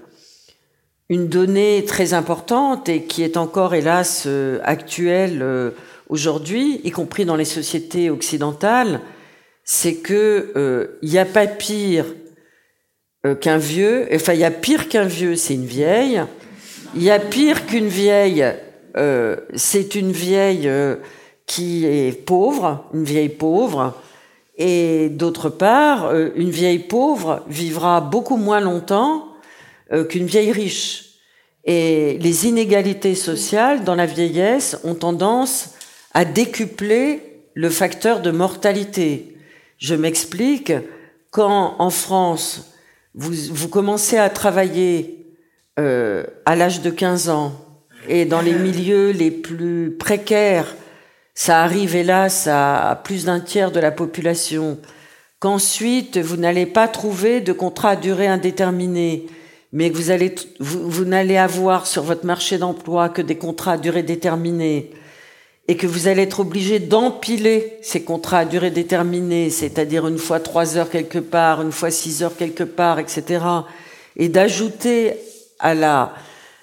une donnée très importante et qui est encore, hélas, euh, actuelle euh, aujourd'hui, y compris dans les sociétés occidentales, c'est que euh, il n'y a pas pire Euh, qu'un vieux, enfin il y a pire qu'un vieux, c'est une vieille. Il y a pire qu'une vieille, euh, c'est une vieille euh, qui est pauvre, une vieille pauvre. Et d'autre part, euh, une vieille pauvre vivra beaucoup moins longtemps euh, qu'une vieille riche. Et les inégalités sociales dans la vieillesse ont tendance à décupler le facteur de mortalité. Je m'explique, quand en France, Vous, vous commencez à travailler euh, à l'âge de quinze ans et dans les milieux les plus précaires, ça arrive hélas à plus d'un tiers de la population, qu'ensuite vous n'allez pas trouver de contrat à durée indéterminée, mais que vous allez, vous, vous n'allez avoir sur votre marché d'emploi que des contrats à durée déterminée, et que vous allez être obligé d'empiler ces contrats à durée déterminée, c'est-à-dire une fois trois heures quelque part, une fois six heures quelque part, et cetera, et d'ajouter à la,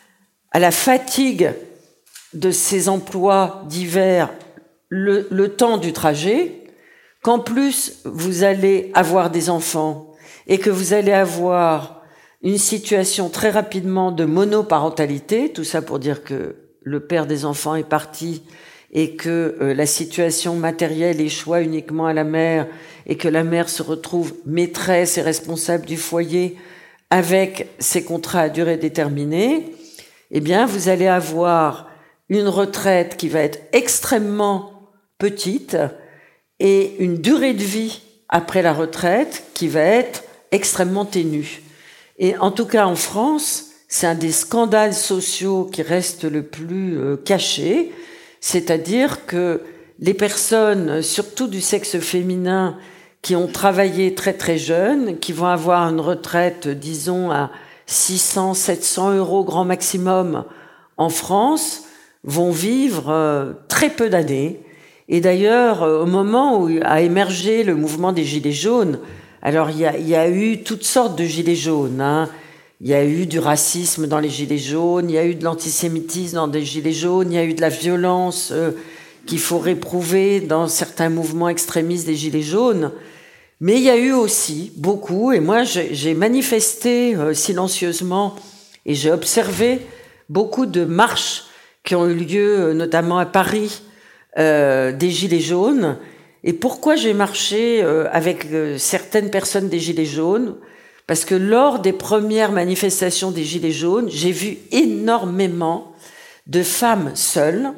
à la fatigue de ces emplois divers le, le temps du trajet, qu'en plus vous allez avoir des enfants et que vous allez avoir une situation très rapidement de monoparentalité, tout ça pour dire que le père des enfants est parti et que euh, la situation matérielle échoue uniquement à la mère et que la mère se retrouve maîtresse et responsable du foyer avec ses contrats à durée déterminée, eh bien, vous allez avoir une retraite qui va être extrêmement petite et une durée de vie après la retraite qui va être extrêmement ténue. Et en tout cas, en France, c'est un des scandales sociaux qui reste le plus euh, caché, c'est-à-dire que les personnes, surtout du sexe féminin, qui ont travaillé très très jeunes, qui vont avoir une retraite, disons, à six cents, sept cents euros grand maximum en France, vont vivre euh, très peu d'années. Et d'ailleurs, euh, au moment où a émergé le mouvement des Gilets jaunes, alors il y a, il y a eu toutes sortes de Gilets jaunes, hein. Il y a eu du racisme dans les Gilets jaunes, il y a eu de l'antisémitisme dans des Gilets jaunes, il y a eu de la violence euh, qu'il faut réprouver dans certains mouvements extrémistes des Gilets jaunes. Mais il y a eu aussi beaucoup, et moi j'ai, j'ai manifesté euh, silencieusement et j'ai observé beaucoup de marches qui ont eu lieu, euh, notamment à Paris, euh, des Gilets jaunes. Et pourquoi j'ai marché euh, avec euh, certaines personnes des Gilets jaunes ? Parce que lors des premières manifestations des Gilets jaunes, j'ai vu énormément de femmes seules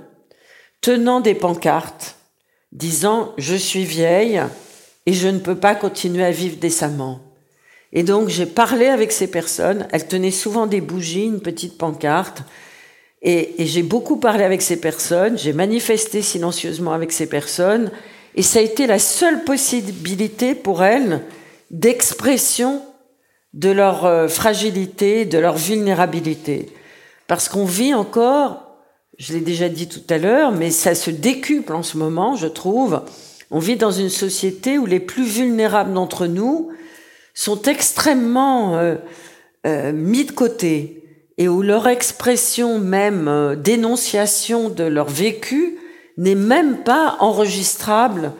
tenant des pancartes disant « Je suis vieille et je ne peux pas continuer à vivre décemment ». Et donc j'ai parlé avec ces personnes, elles tenaient souvent des bougies, une petite pancarte, et, et j'ai beaucoup parlé avec ces personnes, j'ai manifesté silencieusement avec ces personnes, et ça a été la seule possibilité pour elles d'expression de leur euh, fragilité, de leur vulnérabilité. Parce qu'on vit encore, je l'ai déjà dit tout à l'heure, mais ça se décuple en ce moment, je trouve. On vit dans une société où les plus vulnérables d'entre nous sont extrêmement euh, euh, mis de côté et où leur expression même, euh, dénonciation de leur vécu n'est même pas enregistrable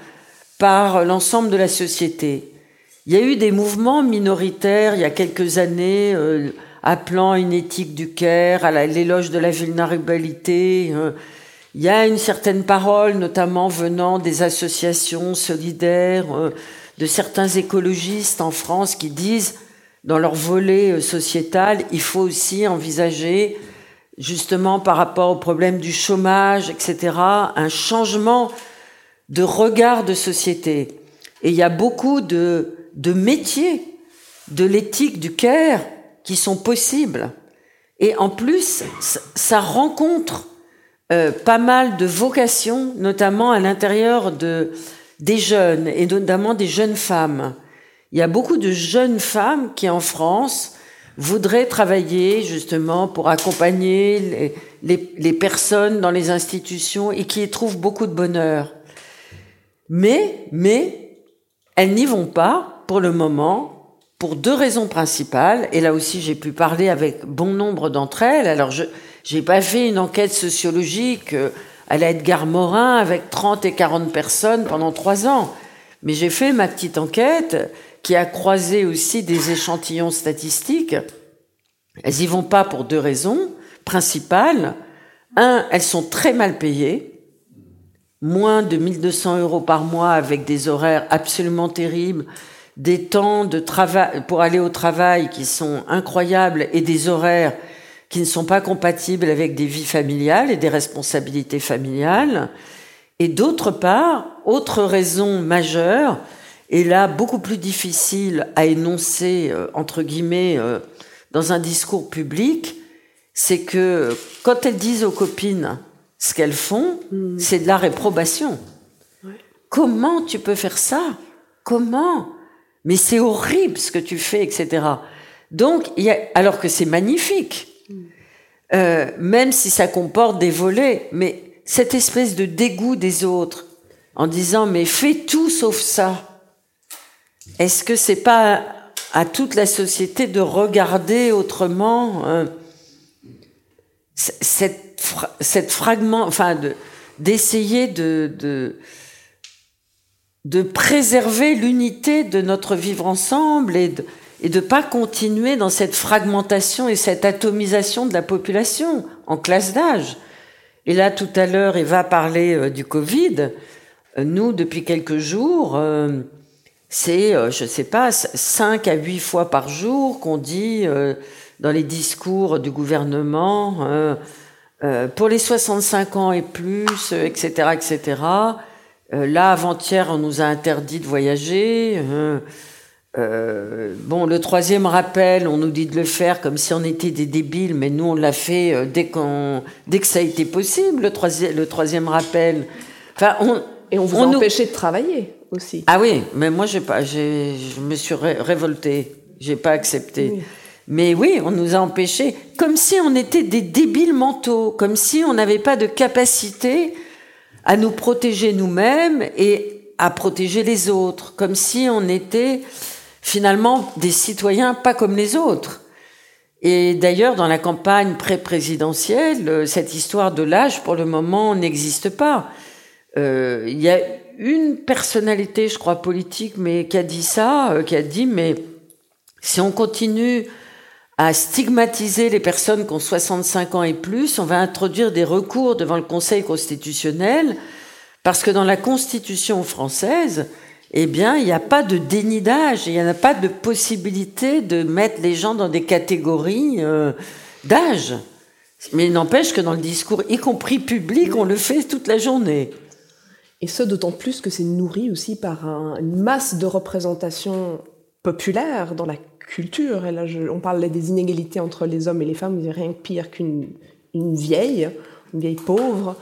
par l'ensemble de la société. Il y a eu des mouvements minoritaires il y a quelques années euh, appelant à une éthique du care, à la, l'éloge de la vulnérabilité. Euh, il y a une certaine parole, notamment venant des associations solidaires, euh, de certains écologistes en France qui disent, dans leur volet euh, sociétal, il faut aussi envisager, justement par rapport au problème du chômage, et cetera, un changement de regard de société. Et il y a beaucoup de de métiers de l'éthique du care qui sont possibles. Et en plus, ça rencontre euh, pas mal de vocations, notamment à l'intérieur de, des jeunes, et notamment des jeunes femmes. Il y a beaucoup de jeunes femmes qui, en France, voudraient travailler justement pour accompagner les, les, les personnes dans les institutions et qui y trouvent beaucoup de bonheur. Mais, mais, elles n'y vont pas pour le moment, pour deux raisons principales, et là aussi j'ai pu parler avec bon nombre d'entre elles. Alors je j'ai pas fait une enquête sociologique à la Edgar Morin avec trente et quarante personnes pendant trois ans, mais j'ai fait ma petite enquête qui a croisé aussi des échantillons statistiques. Elles y vont pas pour deux raisons principales. Un, elles sont très mal payées, moins de mille deux cents euros par mois avec des horaires absolument terribles, des temps de travail pour aller au travail qui sont incroyables et des horaires qui ne sont pas compatibles avec des vies familiales et des responsabilités familiales. Et d'autre part, autre raison majeure, et là beaucoup plus difficile à énoncer, euh, entre guillemets, euh, dans un discours public, c'est que quand elles disent aux copines ce qu'elles font, mmh. c'est de la réprobation. Ouais. Comment tu peux faire ça? Comment? Mais c'est horrible ce que tu fais, et cetera. Donc, il y a, alors que c'est magnifique, mmh. euh, même si ça comporte des volets, mais cette espèce de dégoût des autres, en disant mais fais tout sauf ça. Est-ce que c'est pas à, à toute la société de regarder autrement euh, cette fra- cette fragment, enfin de d'essayer de de de préserver l'unité de notre vivre ensemble et de et de pas continuer dans cette fragmentation et cette atomisation de la population en classe d'âge. Et là, tout à l'heure, Eva parlait euh, du Covid. Euh, nous, depuis quelques jours, euh, c'est, euh, je sais pas, cinq à huit fois par jour qu'on dit euh, dans les discours du gouvernement, euh, euh, pour les soixante-cinq ans et plus, euh, et cetera, et cetera. Euh, là, avant-hier, on nous a interdit de voyager. Euh, Euh, bon, le troisième rappel, on nous dit de le faire comme si on était des débiles, mais nous on l'a fait euh, dès qu'on, dès que ça a été possible. Le troisième, le troisième rappel. Enfin, on et on vous on a nous... empêché de travailler aussi. Ah oui, mais moi j'ai pas, j'ai, je me suis ré- révoltée, j'ai pas accepté. Oui. Mais oui, on nous a empêchés, comme si on était des débiles mentaux, comme si on n'avait pas de capacité à nous protéger nous-mêmes et à protéger les autres, comme si on était finalement des citoyens pas comme les autres. Et d'ailleurs, dans la campagne pré-présidentielle, cette histoire de l'âge, pour le moment, n'existe pas. Euh, il y a une personnalité, je crois, politique, mais qui a dit ça, euh, qui a dit, mais si on continue à stigmatiser les personnes qui ont soixante-cinq ans et plus, on va introduire des recours devant le Conseil constitutionnel, parce que dans la Constitution française, eh bien, il n'y a pas de déni d'âge, il n'y a pas de possibilité de mettre les gens dans des catégories euh, d'âge. Mais il n'empêche que dans le discours, y compris public, on le fait toute la journée. Et ce, d'autant plus que c'est nourri aussi par un, une masse de représentations populaires dans la culture. Et là, je, on parlait des inégalités entre les hommes et les femmes, il n'y a rien de pire qu'une une vieille, une vieille pauvre.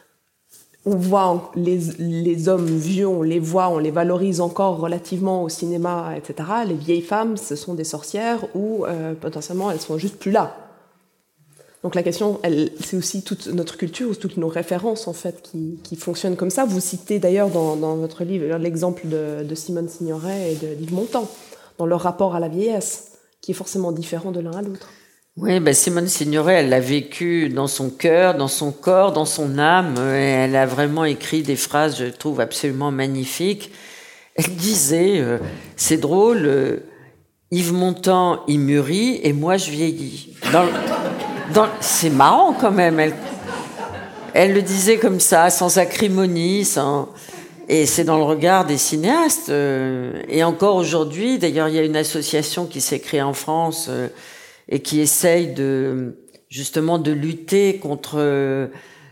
On voit les, les hommes vieux, on les voit, on les valorise encore relativement au cinéma, et cetera. Les vieilles femmes, ce sont des sorcières ou euh, potentiellement elles sont juste plus là. Donc la question, elle, c'est aussi toute notre culture, toutes nos références en fait qui, qui fonctionnent comme ça. Vous citez d'ailleurs dans, dans votre livre l'exemple de, de Simone Signoret et de d'Yves Montand, dans leur rapport à la vieillesse, qui est forcément différent de l'un à l'autre. Oui, ben Simone Signoret, elle l'a vécu dans son cœur, dans son corps, dans son âme. Et elle a vraiment écrit des phrases, je trouve, absolument magnifiques. Elle disait, euh, c'est drôle, euh, Yves Montand, il mûrit et moi, je vieillis. Dans, dans, c'est marrant quand même. Elle, elle le disait comme ça, sans acrimonie, sans... Et c'est dans le regard des cinéastes. Euh, et encore aujourd'hui, d'ailleurs, il y a une association qui s'est créée en France... Euh, et qui essaye de justement de lutter contre euh,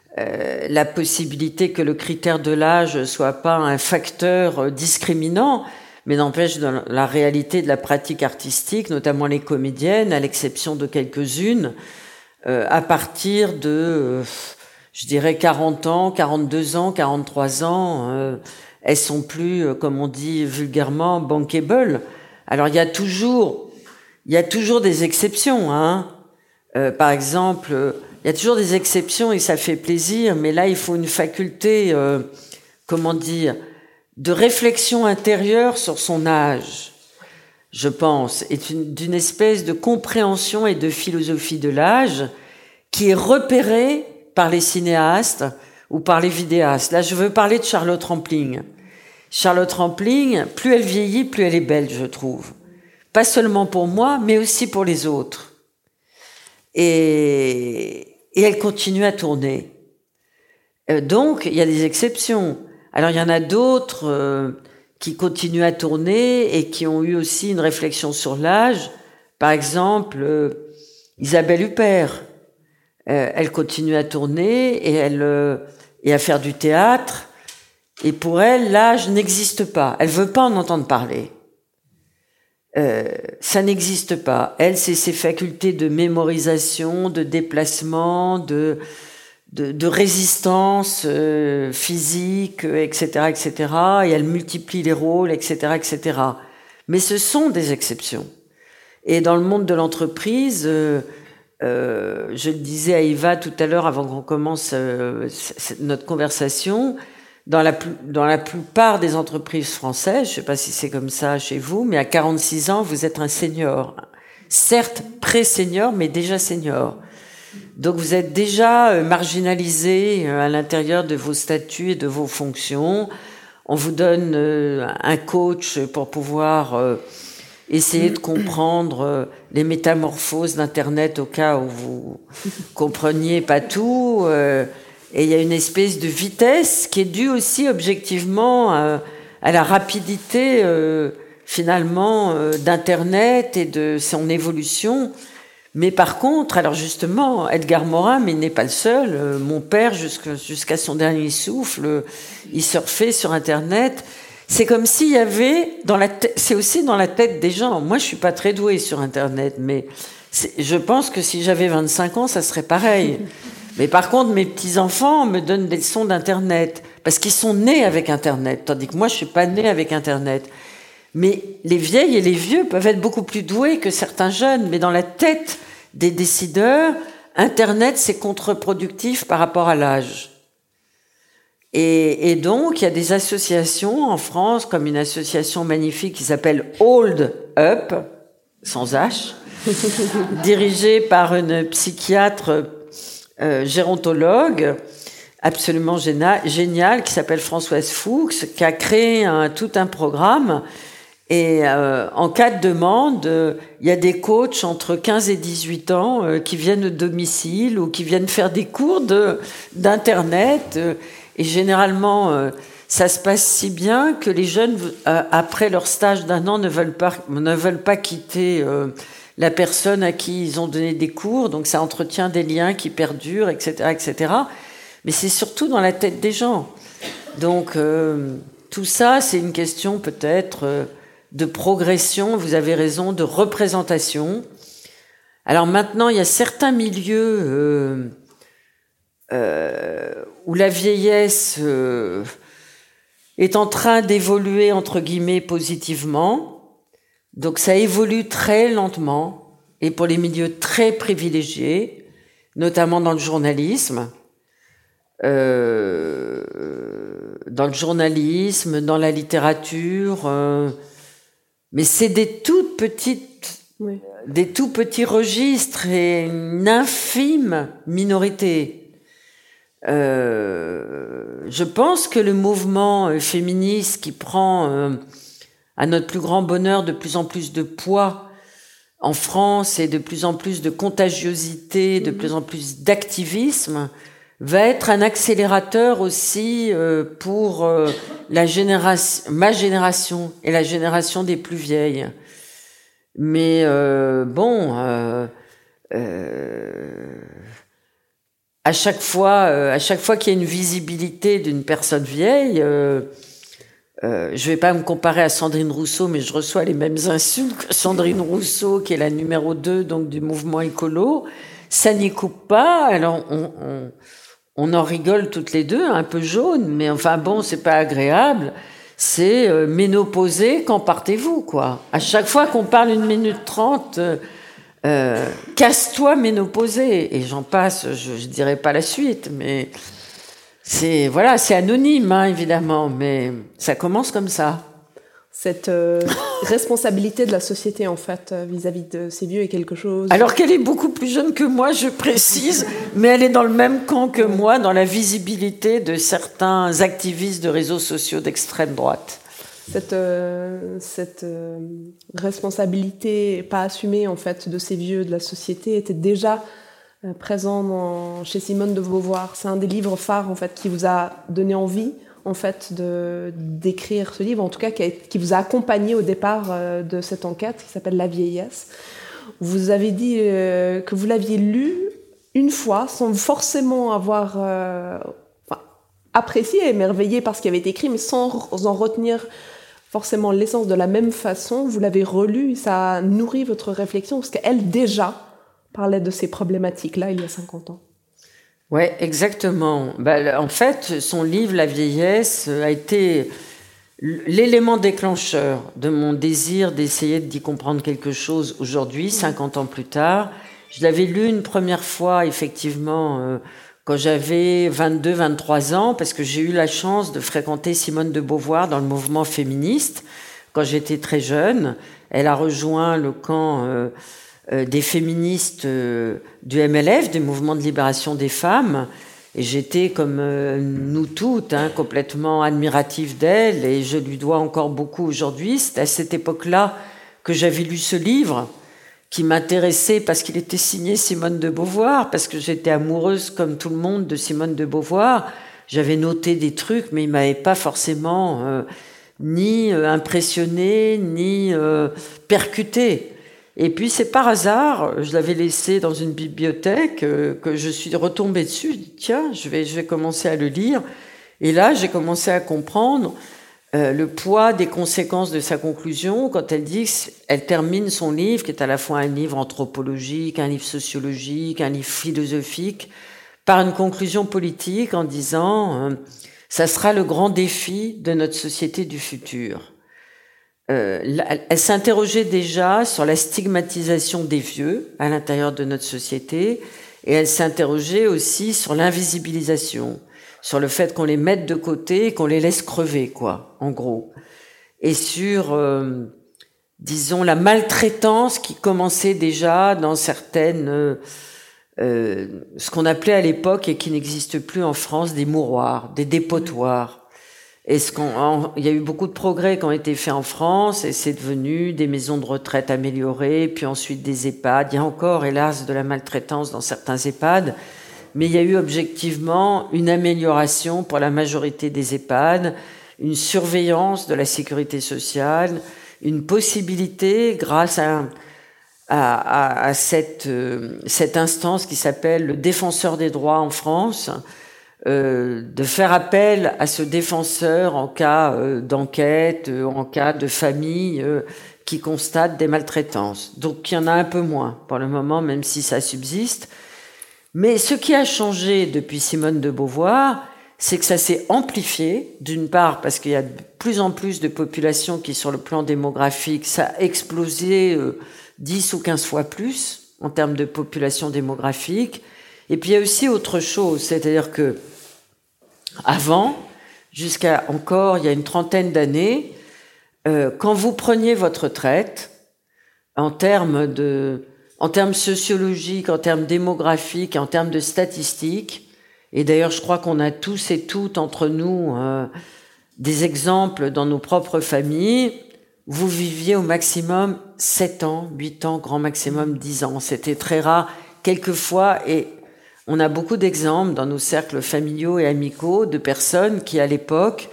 la possibilité que le critère de l'âge soit pas un facteur discriminant, mais n'empêche dans la réalité de la pratique artistique, notamment les comédiennes, à l'exception de quelques-unes, euh, à partir de, euh, je dirais, quarante ans, quarante-deux ans, quarante-trois ans, euh, elles sont plus, euh, comme on dit vulgairement, bankable. Alors il y a toujours Il y a toujours des exceptions, hein. Euh, par exemple, euh, il y a toujours des exceptions et ça fait plaisir, mais là, il faut une faculté, euh, comment dire, de réflexion intérieure sur son âge, je pense, et d'une, d'une espèce de compréhension et de philosophie de l'âge qui est repérée par les cinéastes ou par les vidéastes. Là, je veux parler de Charlotte Rampling. Charlotte Rampling, plus elle vieillit, plus elle est belle, je trouve. Pas seulement pour moi, mais aussi pour les autres. Et, et elle continue à tourner. Euh, donc, il y a des exceptions. Alors, il y en a d'autres euh, qui continuent à tourner et qui ont eu aussi une réflexion sur l'âge. Par exemple, euh, Isabelle Huppert. Euh, elle continue à tourner et, elle, euh, et à faire du théâtre. Et pour elle, l'âge n'existe pas. Elle veut pas en entendre parler. euh, ça n'existe pas. Elle, c'est ses facultés de mémorisation, de déplacement, de de, de résistance euh, physique, et cetera, et cetera. Et elle multiplie les rôles, et cetera, et cetera. Mais ce sont des exceptions. Et dans le monde de l'entreprise, euh, euh, je le disais à Eva tout à l'heure, avant qu'on commence euh, notre conversation, dans la, dans la plupart des entreprises françaises, je ne sais pas si c'est comme ça chez vous, mais à quarante-six ans, vous êtes un senior. Certes, pré-senior, mais déjà senior. Donc vous êtes déjà marginalisé à l'intérieur de vos statuts et de vos fonctions. On vous donne un coach pour pouvoir essayer de comprendre les métamorphoses d'Internet au cas où vous compreniez pas tout. Et il y a une espèce de vitesse qui est due aussi objectivement à, à la rapidité finalement d'Internet et de son évolution. Mais par contre, alors justement, Edgar Morin, mais il n'est pas le seul. Euh, mon père, jusqu'à, jusqu'à son dernier souffle, euh, il surfait sur Internet. C'est comme s'il y avait dans la tête, c'est aussi dans la tête des gens. Moi, je suis pas très douée sur Internet, mais c'est, je pense que si j'avais vingt-cinq ans, ça serait pareil. Mais par contre, mes petits-enfants me donnent des leçons d'Internet parce qu'ils sont nés avec Internet, tandis que moi, je suis pas née avec Internet. Mais les vieilles et les vieux peuvent être beaucoup plus doués que certains jeunes. Mais dans la tête des décideurs, Internet, c'est contre-productif par rapport à l'âge. Et, et donc, il y a des associations en France, comme une association magnifique qui s'appelle Hold Up, sans H, dirigée par une psychiatre euh, gérontologue absolument géniale, qui s'appelle Françoise Fuchs, qui a créé un, tout un programme. Et euh, en cas de demande, euh, il y a des coachs entre quinze et dix-huit ans euh, qui viennent au domicile ou qui viennent faire des cours de, d'Internet. Euh, et généralement, euh, ça se passe si bien que les jeunes, euh, après leur stage d'un an, ne veulent pas, ne veulent pas quitter euh, la personne à qui ils ont donné des cours. Donc ça entretient des liens qui perdurent, et cetera, et cetera. Mais c'est surtout dans la tête des gens. Donc euh, tout ça, c'est une question peut-être... Euh, de progression, vous avez raison, de représentation. Alors maintenant, il y a certains milieux euh, euh, où la vieillesse euh, est en train d'évoluer, entre guillemets, positivement. Donc ça évolue très lentement, et pour les milieux très privilégiés, notamment dans le journalisme. Euh, dans le journalisme, dans la littérature... Euh, Mais c'est des toutes petites, oui. des tout petits registres et une infime minorité. Euh, je pense que le mouvement féministe qui prend, euh, à notre plus grand bonheur, de plus en plus de poids en France et de plus en plus de contagiosité, de plus en plus d'activisme, va être un accélérateur aussi euh, pour euh, la génération, ma génération et la génération des plus vieilles. Mais euh, bon, euh, euh, à chaque fois, euh, à chaque fois qu'il y a une visibilité d'une personne vieille, euh, euh, je vais pas me comparer à Sandrine Rousseau, mais je reçois les mêmes insultes que Sandrine Rousseau, qui est la numéro deux donc du mouvement écolo. Ça n'y coupe pas. Alors on, on On en rigole toutes les deux, un peu jaune, mais enfin bon, c'est pas agréable. C'est euh, ménopausée, quand partez-vous, quoi. À chaque fois qu'on parle une minute trente, euh, euh, casse-toi ménopausée. Et j'en passe, je, je dirais pas la suite, mais c'est, voilà, c'est anonyme, hein, évidemment, mais ça commence comme ça. Cette euh, responsabilité de la société, en fait, euh, vis-à-vis de ces vieux est quelque chose... Alors qu'elle est beaucoup plus jeune que moi, je précise, mais elle est dans le même camp que moi, dans la visibilité de certains activistes de réseaux sociaux d'extrême droite. Cette, euh, cette euh, responsabilité pas assumée, en fait, de ces vieux de la société était déjà euh, présente dans, chez Simone de Beauvoir. C'est un des livres phares, en fait, qui vous a donné envie en fait, de, d'écrire ce livre, en tout cas qui, a, qui vous a accompagné au départ euh, de cette enquête qui s'appelle La vieillesse. Vous avez dit euh, que vous l'aviez lu une fois sans forcément avoir euh, enfin, apprécié, émerveillé par ce qui avait été écrit, mais sans en retenir forcément l'essence de la même façon. Vous l'avez relu, ça a nourri votre réflexion, parce qu'elle déjà parlait de ces problématiques-là il y a cinquante ans. Ouais, exactement. Bah, en fait, son livre La vieillesse a été l'élément déclencheur de mon désir d'essayer d'y comprendre quelque chose aujourd'hui, cinquante ans plus tard. Je l'avais lu une première fois, effectivement, euh, quand j'avais vingt-deux, vingt-trois ans, parce que j'ai eu la chance de fréquenter Simone de Beauvoir dans le mouvement féministe. Quand j'étais très jeune, elle a rejoint le camp euh, euh, des féministes euh, du M L F, du mouvement de libération des femmes. Et j'étais, comme euh, nous toutes, hein, complètement admirative d'elle, et je lui dois encore beaucoup aujourd'hui. C'est à cette époque-là que j'avais lu ce livre, qui m'intéressait parce qu'il était signé Simone de Beauvoir, parce que j'étais amoureuse, comme tout le monde, de Simone de Beauvoir. J'avais noté des trucs, mais il m'avait pas forcément euh, ni euh, impressionné, ni euh, percuté. Et puis c'est par hasard, je l'avais laissé dans une bibliothèque, euh, que je suis retombée dessus. Je dis tiens, je vais, je vais commencer à le lire. Et là, j'ai commencé à comprendre euh, le poids des conséquences de sa conclusion quand elle dit qu'elle termine son livre, qui est à la fois un livre anthropologique, un livre sociologique, un livre philosophique, par une conclusion politique en disant euh, ça sera le grand défi de notre société du futur. Euh, elle s'interrogeait déjà sur la stigmatisation des vieux à l'intérieur de notre société, et elle s'interrogeait aussi sur l'invisibilisation, sur le fait qu'on les mette de côté et qu'on les laisse crever, quoi, en gros. Et sur, euh, disons, la maltraitance qui commençait déjà dans certaines, euh, euh, ce qu'on appelait à l'époque et qui n'existe plus en France, des mouroirs, des dépotoirs. Et ce qu'on, il y a eu beaucoup de progrès qui ont été faits en France, et c'est devenu des maisons de retraite améliorées, puis ensuite des EHPAD. Il y a encore, hélas, de la maltraitance dans certains EHPAD, mais il y a eu objectivement une amélioration pour la majorité des EHPAD, une surveillance de la sécurité sociale, une possibilité, grâce à, à, à, à cette, euh, cette instance qui s'appelle le défenseur des droits en France, Euh, de faire appel à ce défenseur en cas euh, d'enquête, euh, en cas de famille euh, qui constate des maltraitances. Donc il y en a un peu moins pour le moment, même si ça subsiste. Mais ce qui a changé depuis Simone de Beauvoir, c'est que ça s'est amplifié, d'une part parce qu'il y a de plus en plus de populations qui, sur le plan démographique, ça a explosé euh, dix ou quinze fois plus en termes de population démographique. Et puis il y a aussi autre chose, c'est-à-dire que avant, jusqu'à encore il y a une trentaine d'années, euh, quand vous preniez votre retraite, en termes de, en termes sociologiques, en termes démographiques, en termes de statistiques, et d'ailleurs je crois qu'on a tous et toutes entre nous euh, des exemples dans nos propres familles, vous viviez au maximum sept ans, huit ans, grand maximum dix ans. C'était très rare, quelquefois, et on a beaucoup d'exemples dans nos cercles familiaux et amicaux de personnes qui, à l'époque,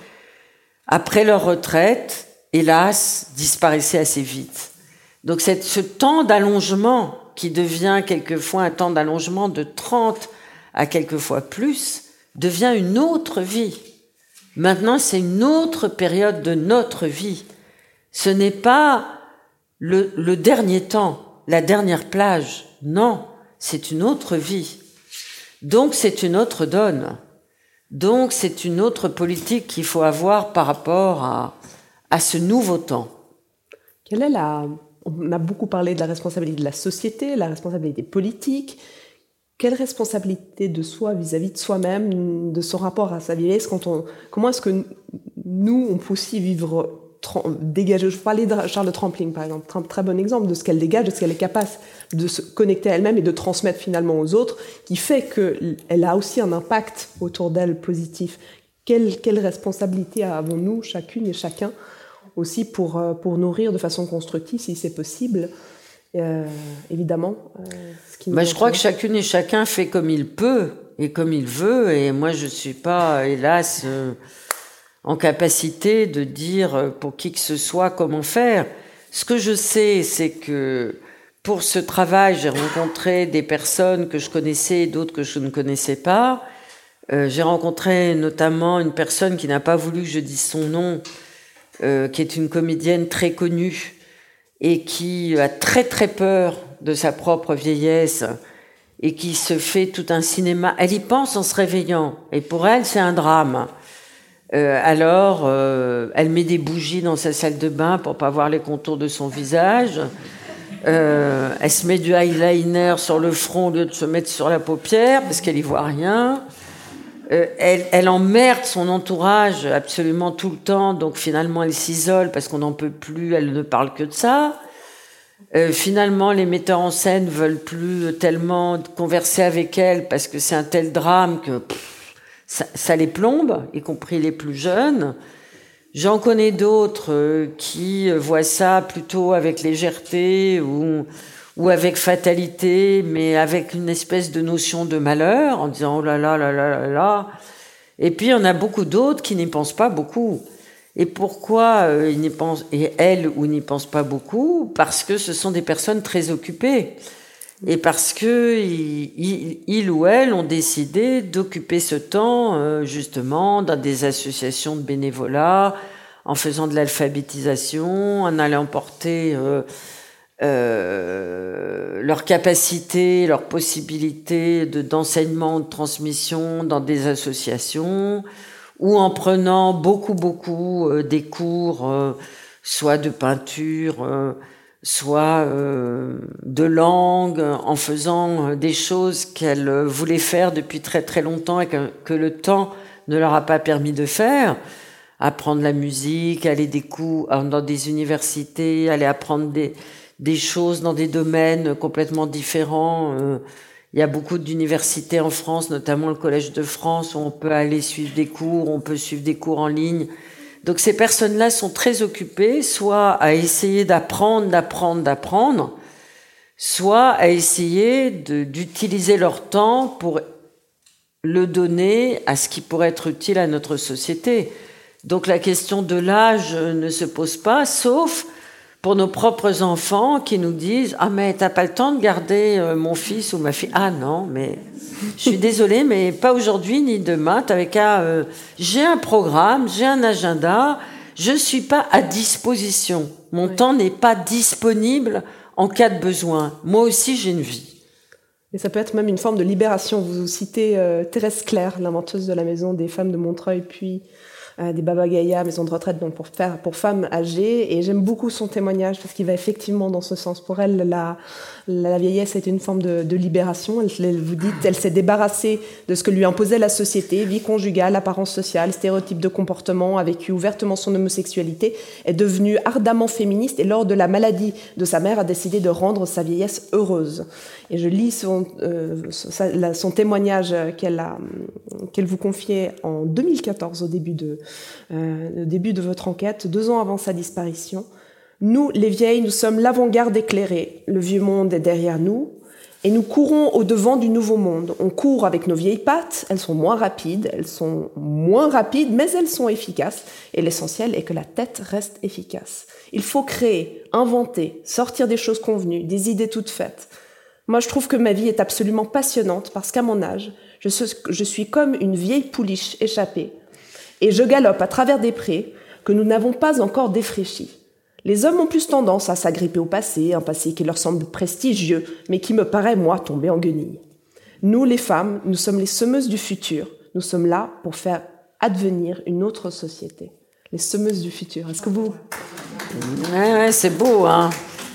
après leur retraite, hélas, disparaissaient assez vite. Donc cette, ce temps d'allongement qui devient quelquefois un temps d'allongement de trente à quelquefois plus, devient une autre vie. Maintenant, c'est une autre période de notre vie. Ce n'est pas le, le dernier temps, la dernière plage. Non, c'est une autre vie. Donc c'est une autre donne. Donc c'est une autre politique qu'il faut avoir par rapport à, à ce nouveau temps. Quelle est la... On a beaucoup parlé de la responsabilité de la société, la responsabilité politique. Quelle responsabilité de soi vis-à-vis de soi-même, de son rapport à sa vieillesse, quand on... Comment est-ce que nous, on peut aussi vivre... dégager. Je parlais de Charlotte Rampling, par exemple, un très bon exemple de ce qu'elle dégage, de ce qu'elle est capable de se connecter à elle-même et de transmettre finalement aux autres, qui fait qu'elle a aussi un impact autour d'elle positif. Quelle, quelle responsabilité avons-nous, chacune et chacun, aussi pour, pour nourrir de façon constructive, si c'est possible, euh, évidemment. Euh, ce qui bah, je crois que chacune et chacun fait comme il peut et comme il veut, et moi je ne suis pas, hélas... Euh... en capacité de dire pour qui que ce soit comment faire. Ce que je sais, c'est que pour ce travail, j'ai rencontré des personnes que je connaissais et d'autres que je ne connaissais pas. Euh, j'ai rencontré notamment une personne qui n'a pas voulu que je dise son nom, euh, qui est une comédienne très connue et qui a très très peur de sa propre vieillesse et qui se fait tout un cinéma. Elle y pense en se réveillant et pour elle c'est un drame. Euh, alors euh, elle met des bougies dans sa salle de bain pour pas voir les contours de son visage. Euh, elle se met du eyeliner sur le front au lieu de se mettre sur la paupière parce qu'elle y voit rien. Euh, elle, elle emmerde son entourage absolument tout le temps, donc finalement elle s'isole parce qu'on n'en peut plus, elle ne parle que de ça. Euh, finalement les metteurs en scène veulent plus tellement converser avec elle parce que c'est un tel drame que pff, ça, ça les plombe, y compris les plus jeunes. J'en connais d'autres euh, qui voient ça plutôt avec légèreté ou, ou avec fatalité, mais avec une espèce de notion de malheur, en disant oh là là là là là là. Et puis il y en a beaucoup d'autres qui n'y pensent pas beaucoup. Et pourquoi euh, ils n'y pensent, et elles ou n'y pensent pas beaucoup? Parce que ce sont des personnes très occupées. Et parce que ils, ils, ils ou elles ont décidé d'occuper ce temps euh, justement dans des associations de bénévolat, en faisant de l'alphabétisation, en allant porter euh, euh, leur capacité, leur possibilité de d'enseignement, de transmission dans des associations, ou en prenant beaucoup beaucoup euh, des cours, euh, soit de peinture. Euh, soit euh, de langue, en faisant des choses qu'elle voulait faire depuis très très longtemps et que, que le temps ne leur a pas permis de faire. Apprendre la musique, aller des cours dans des universités, aller apprendre des, des choses dans des domaines complètement différents. Euh, il y a beaucoup d'universités en France, notamment le Collège de France, où on peut aller suivre des cours, on peut suivre des cours en ligne. Donc ces personnes-là sont très occupées, soit à essayer d'apprendre, d'apprendre, d'apprendre, soit à essayer de, d'utiliser leur temps pour le donner à ce qui pourrait être utile à notre société. Donc la question de l'âge ne se pose pas, sauf pour nos propres enfants qui nous disent « Ah mais t'as pas le temps de garder mon fils ou ma fille ?»« Ah non, mais je suis désolée, mais pas aujourd'hui ni demain. T'avais qu'à... Euh, j'ai un programme, j'ai un agenda, je suis pas à disposition. Mon oui. temps n'est pas disponible en cas de besoin. Moi aussi, j'ai une vie. » Et ça peut être même une forme de libération. Vous citez euh, Thérèse Claire, l'inventeuse de la maison des femmes de Montreuil, puis... des Baba Gaïa, maison de retraite donc pour, faire, pour femmes âgées. Et j'aime beaucoup son témoignage parce qu'il va effectivement dans ce sens. Pour elle, la, la vieillesse est une forme de, de libération. Elle, elle, vous dites, elle s'est débarrassée de ce que lui imposait la société, vie conjugale, apparence sociale, stéréotypes de comportement, a vécu ouvertement son homosexualité, est devenue ardemment féministe et lors de la maladie de sa mère a décidé de rendre sa vieillesse heureuse. Et je lis son, euh, son, son témoignage qu'elle, a, qu'elle vous confiait en deux mille quatorze au début de Euh, au début de votre enquête, deux ans avant sa disparition. Nous, les vieilles, nous sommes l'avant-garde éclairée. Le vieux monde est derrière nous et nous courons au-devant du nouveau monde. On court avec nos vieilles pattes, elles sont moins rapides, elles sont moins rapides, mais elles sont efficaces. Et l'essentiel est que la tête reste efficace. Il faut créer, inventer, sortir des choses convenues, des idées toutes faites. Moi, je trouve que ma vie est absolument passionnante parce qu'à mon âge, je suis, je suis comme une vieille pouliche échappée. Et je galope à travers des prés que nous n'avons pas encore défraîchis. Les hommes ont plus tendance à s'agripper au passé, un passé qui leur semble prestigieux, mais qui me paraît, moi, tomber en guenilles. Nous, les femmes, nous sommes les semeuses du futur. Nous sommes là pour faire advenir une autre société. Les semeuses du futur. Est-ce que vous... Ouais, ouais, c'est beau, hein.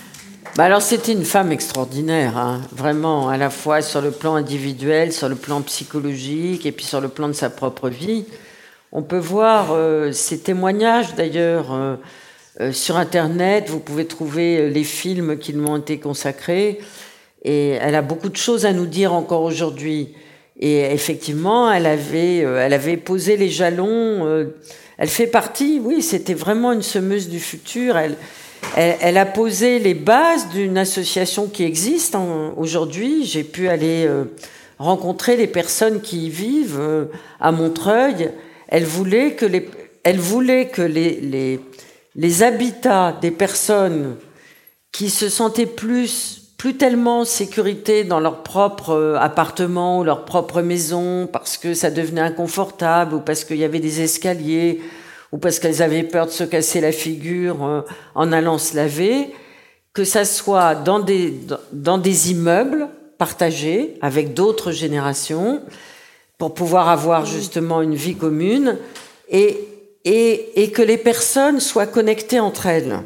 Bah alors, c'était une femme extraordinaire, hein. Vraiment, à la fois sur le plan individuel, sur le plan psychologique, et puis sur le plan de sa propre vie. On peut voir euh, ces témoignages, d'ailleurs, euh, euh, sur Internet. Vous pouvez trouver les films qui lui ont été consacrés. Et elle a beaucoup de choses à nous dire encore aujourd'hui. Et effectivement, elle avait, euh, elle avait posé les jalons. Euh, elle fait partie, oui, c'était vraiment une semeuse du futur. Elle, elle, elle a posé les bases d'une association qui existe hein, aujourd'hui. J'ai pu aller euh, rencontrer les personnes qui y vivent euh, à Montreuil. Elle voulait que les, elle voulait que les, les, les habitats des personnes qui se sentaient plus, plus tellement en sécurité dans leur propre appartement ou leur propre maison parce que ça devenait inconfortable ou parce qu'il y avait des escaliers ou parce qu'elles avaient peur de se casser la figure euh, en allant se laver, que ça soit dans des, dans des immeubles partagés avec d'autres générations, pour pouvoir avoir justement une vie commune, et, et, et que les personnes soient connectées entre elles,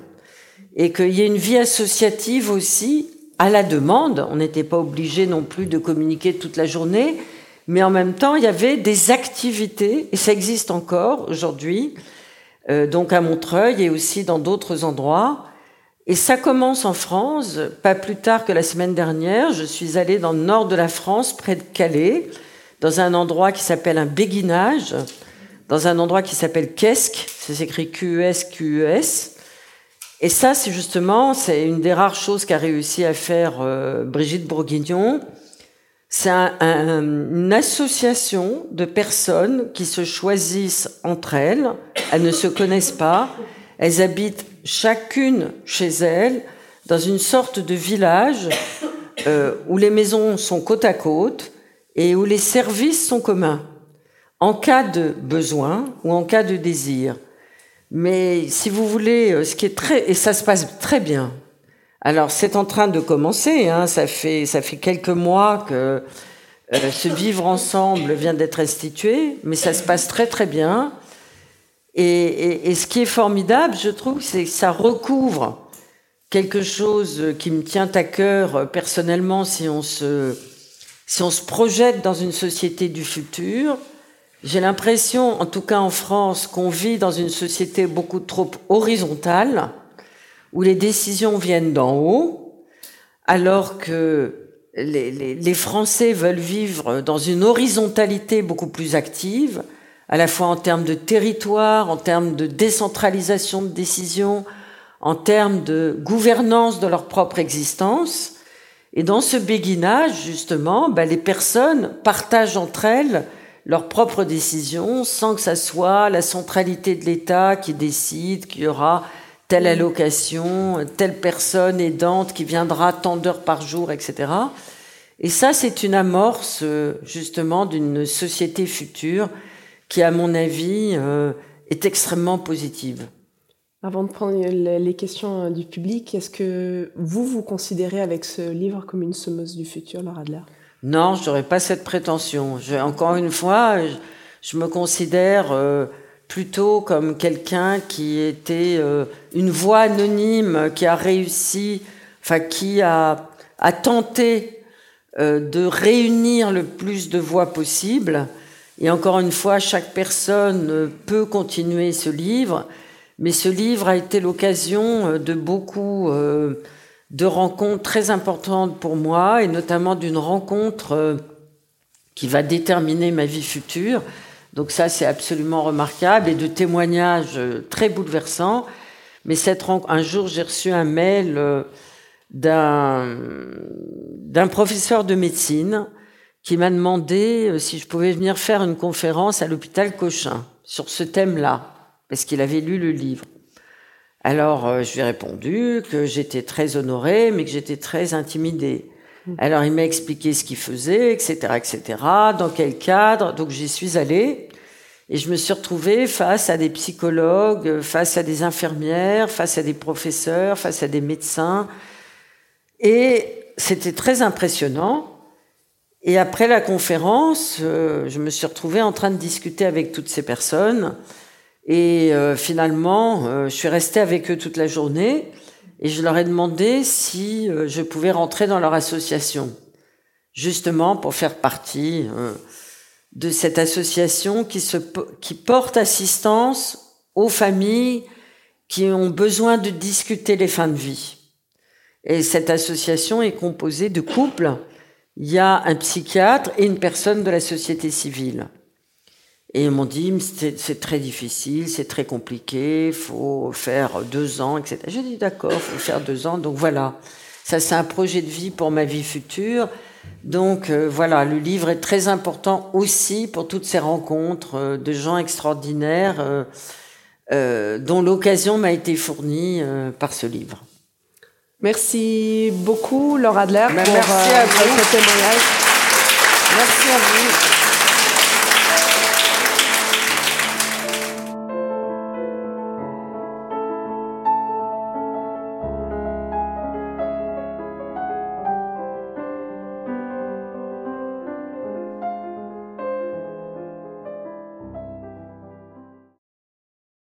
et qu'il y ait une vie associative aussi, à la demande. On n'était pas obligé non plus de communiquer toute la journée, mais en même temps, il y avait des activités, et ça existe encore aujourd'hui, euh, donc à Montreuil et aussi dans d'autres endroits. Et ça commence en France, pas plus tard que la semaine dernière. Je suis allée dans le nord de la France, près de Calais, dans un endroit qui s'appelle un béguinage, dans un endroit qui s'appelle Quesque, ça s'écrit Q U S Q U S. Et ça, c'est justement, c'est une des rares choses qu'a réussi à faire euh, Brigitte Bourguignon. C'est un, un, une association de personnes qui se choisissent entre elles. Elles ne se connaissent pas. Elles habitent chacune chez elles, dans une sorte de village euh, où les maisons sont côte à côte et où les services sont communs, en cas de besoin ou en cas de désir. Mais si vous voulez, ce qui est très... Et ça se passe très bien. Alors, c'est en train de commencer, hein, ça fait, ça fait quelques mois que euh, ce vivre ensemble vient d'être institué, mais ça se passe très très bien. Et, et, et ce qui est formidable, je trouve, c'est que ça recouvre quelque chose qui me tient à cœur personnellement si on se, si on se projette dans une société du futur. J'ai l'impression, en tout cas en France, qu'on vit dans une société beaucoup trop horizontale, où les décisions viennent d'en haut, alors que les, les, les Français veulent vivre dans une horizontalité beaucoup plus active, à la fois en termes de territoire, en termes de décentralisation de décisions, en termes de gouvernance de leur propre existence. Et dans ce béguinage, justement, ben, les personnes partagent entre elles leurs propres décisions sans que ça soit la centralité de l'État qui décide qu'il y aura telle allocation, telle personne aidante qui viendra tant d'heures par jour, et cetera. Et ça, c'est une amorce, justement, d'une société future qui, à mon avis, euh, est extrêmement positive. Avant de prendre les questions du public, est-ce que vous, vous considérez avec ce livre comme une semeuse du futur, Laure Adler ? Non, je n'aurais pas cette prétention. Je, encore une fois, je, je me considère euh, plutôt comme quelqu'un qui était euh, une voix anonyme, qui a réussi, enfin qui a, a tenté euh, de réunir le plus de voix possible. Et encore une fois, chaque personne peut continuer ce livre, mais ce livre a été l'occasion de beaucoup euh, de rencontres très importantes pour moi, et notamment d'une rencontre euh, qui va déterminer ma vie future. Donc ça, c'est absolument remarquable, et de témoignages très bouleversants. Mais cette rencontre, un jour, j'ai reçu un mail euh, d'un, d'un professeur de médecine qui m'a demandé si je pouvais venir faire une conférence à l'hôpital Cochin sur ce thème-là, parce qu'il avait lu le livre. Alors, euh, je lui ai répondu que j'étais très honorée, mais que j'étais très intimidée. Alors, il m'a expliqué ce qu'il faisait, et cetera, et cetera, dans quel cadre. Donc, j'y suis allée, et je me suis retrouvée face à des psychologues, face à des infirmières, face à des professeurs, face à des médecins. Et c'était très impressionnant. Et après la conférence, euh, je me suis retrouvée en train de discuter avec toutes ces personnes. Et euh, finalement, euh, je suis restée avec eux toute la journée. Et je leur ai demandé si euh, je pouvais rentrer dans leur association. Justement pour faire partie euh, de cette association qui, se, qui porte assistance aux familles qui ont besoin de discuter les fins de vie. Et cette association est composée de couples. Il y a un psychiatre et une personne de la société civile. Et ils m'ont dit, c'est, c'est très difficile, c'est très compliqué, il faut faire deux ans, et cetera. J'ai dit, d'accord, il faut faire deux ans. Donc voilà, ça c'est un projet de vie pour ma vie future. Donc euh, voilà, le livre est très important aussi pour toutes ces rencontres euh, de gens extraordinaires euh, euh, dont l'occasion m'a été fournie euh, par ce livre. Merci beaucoup, Laure Adler, ben, pour merci euh, à vous. ce témoignage. Merci à vous.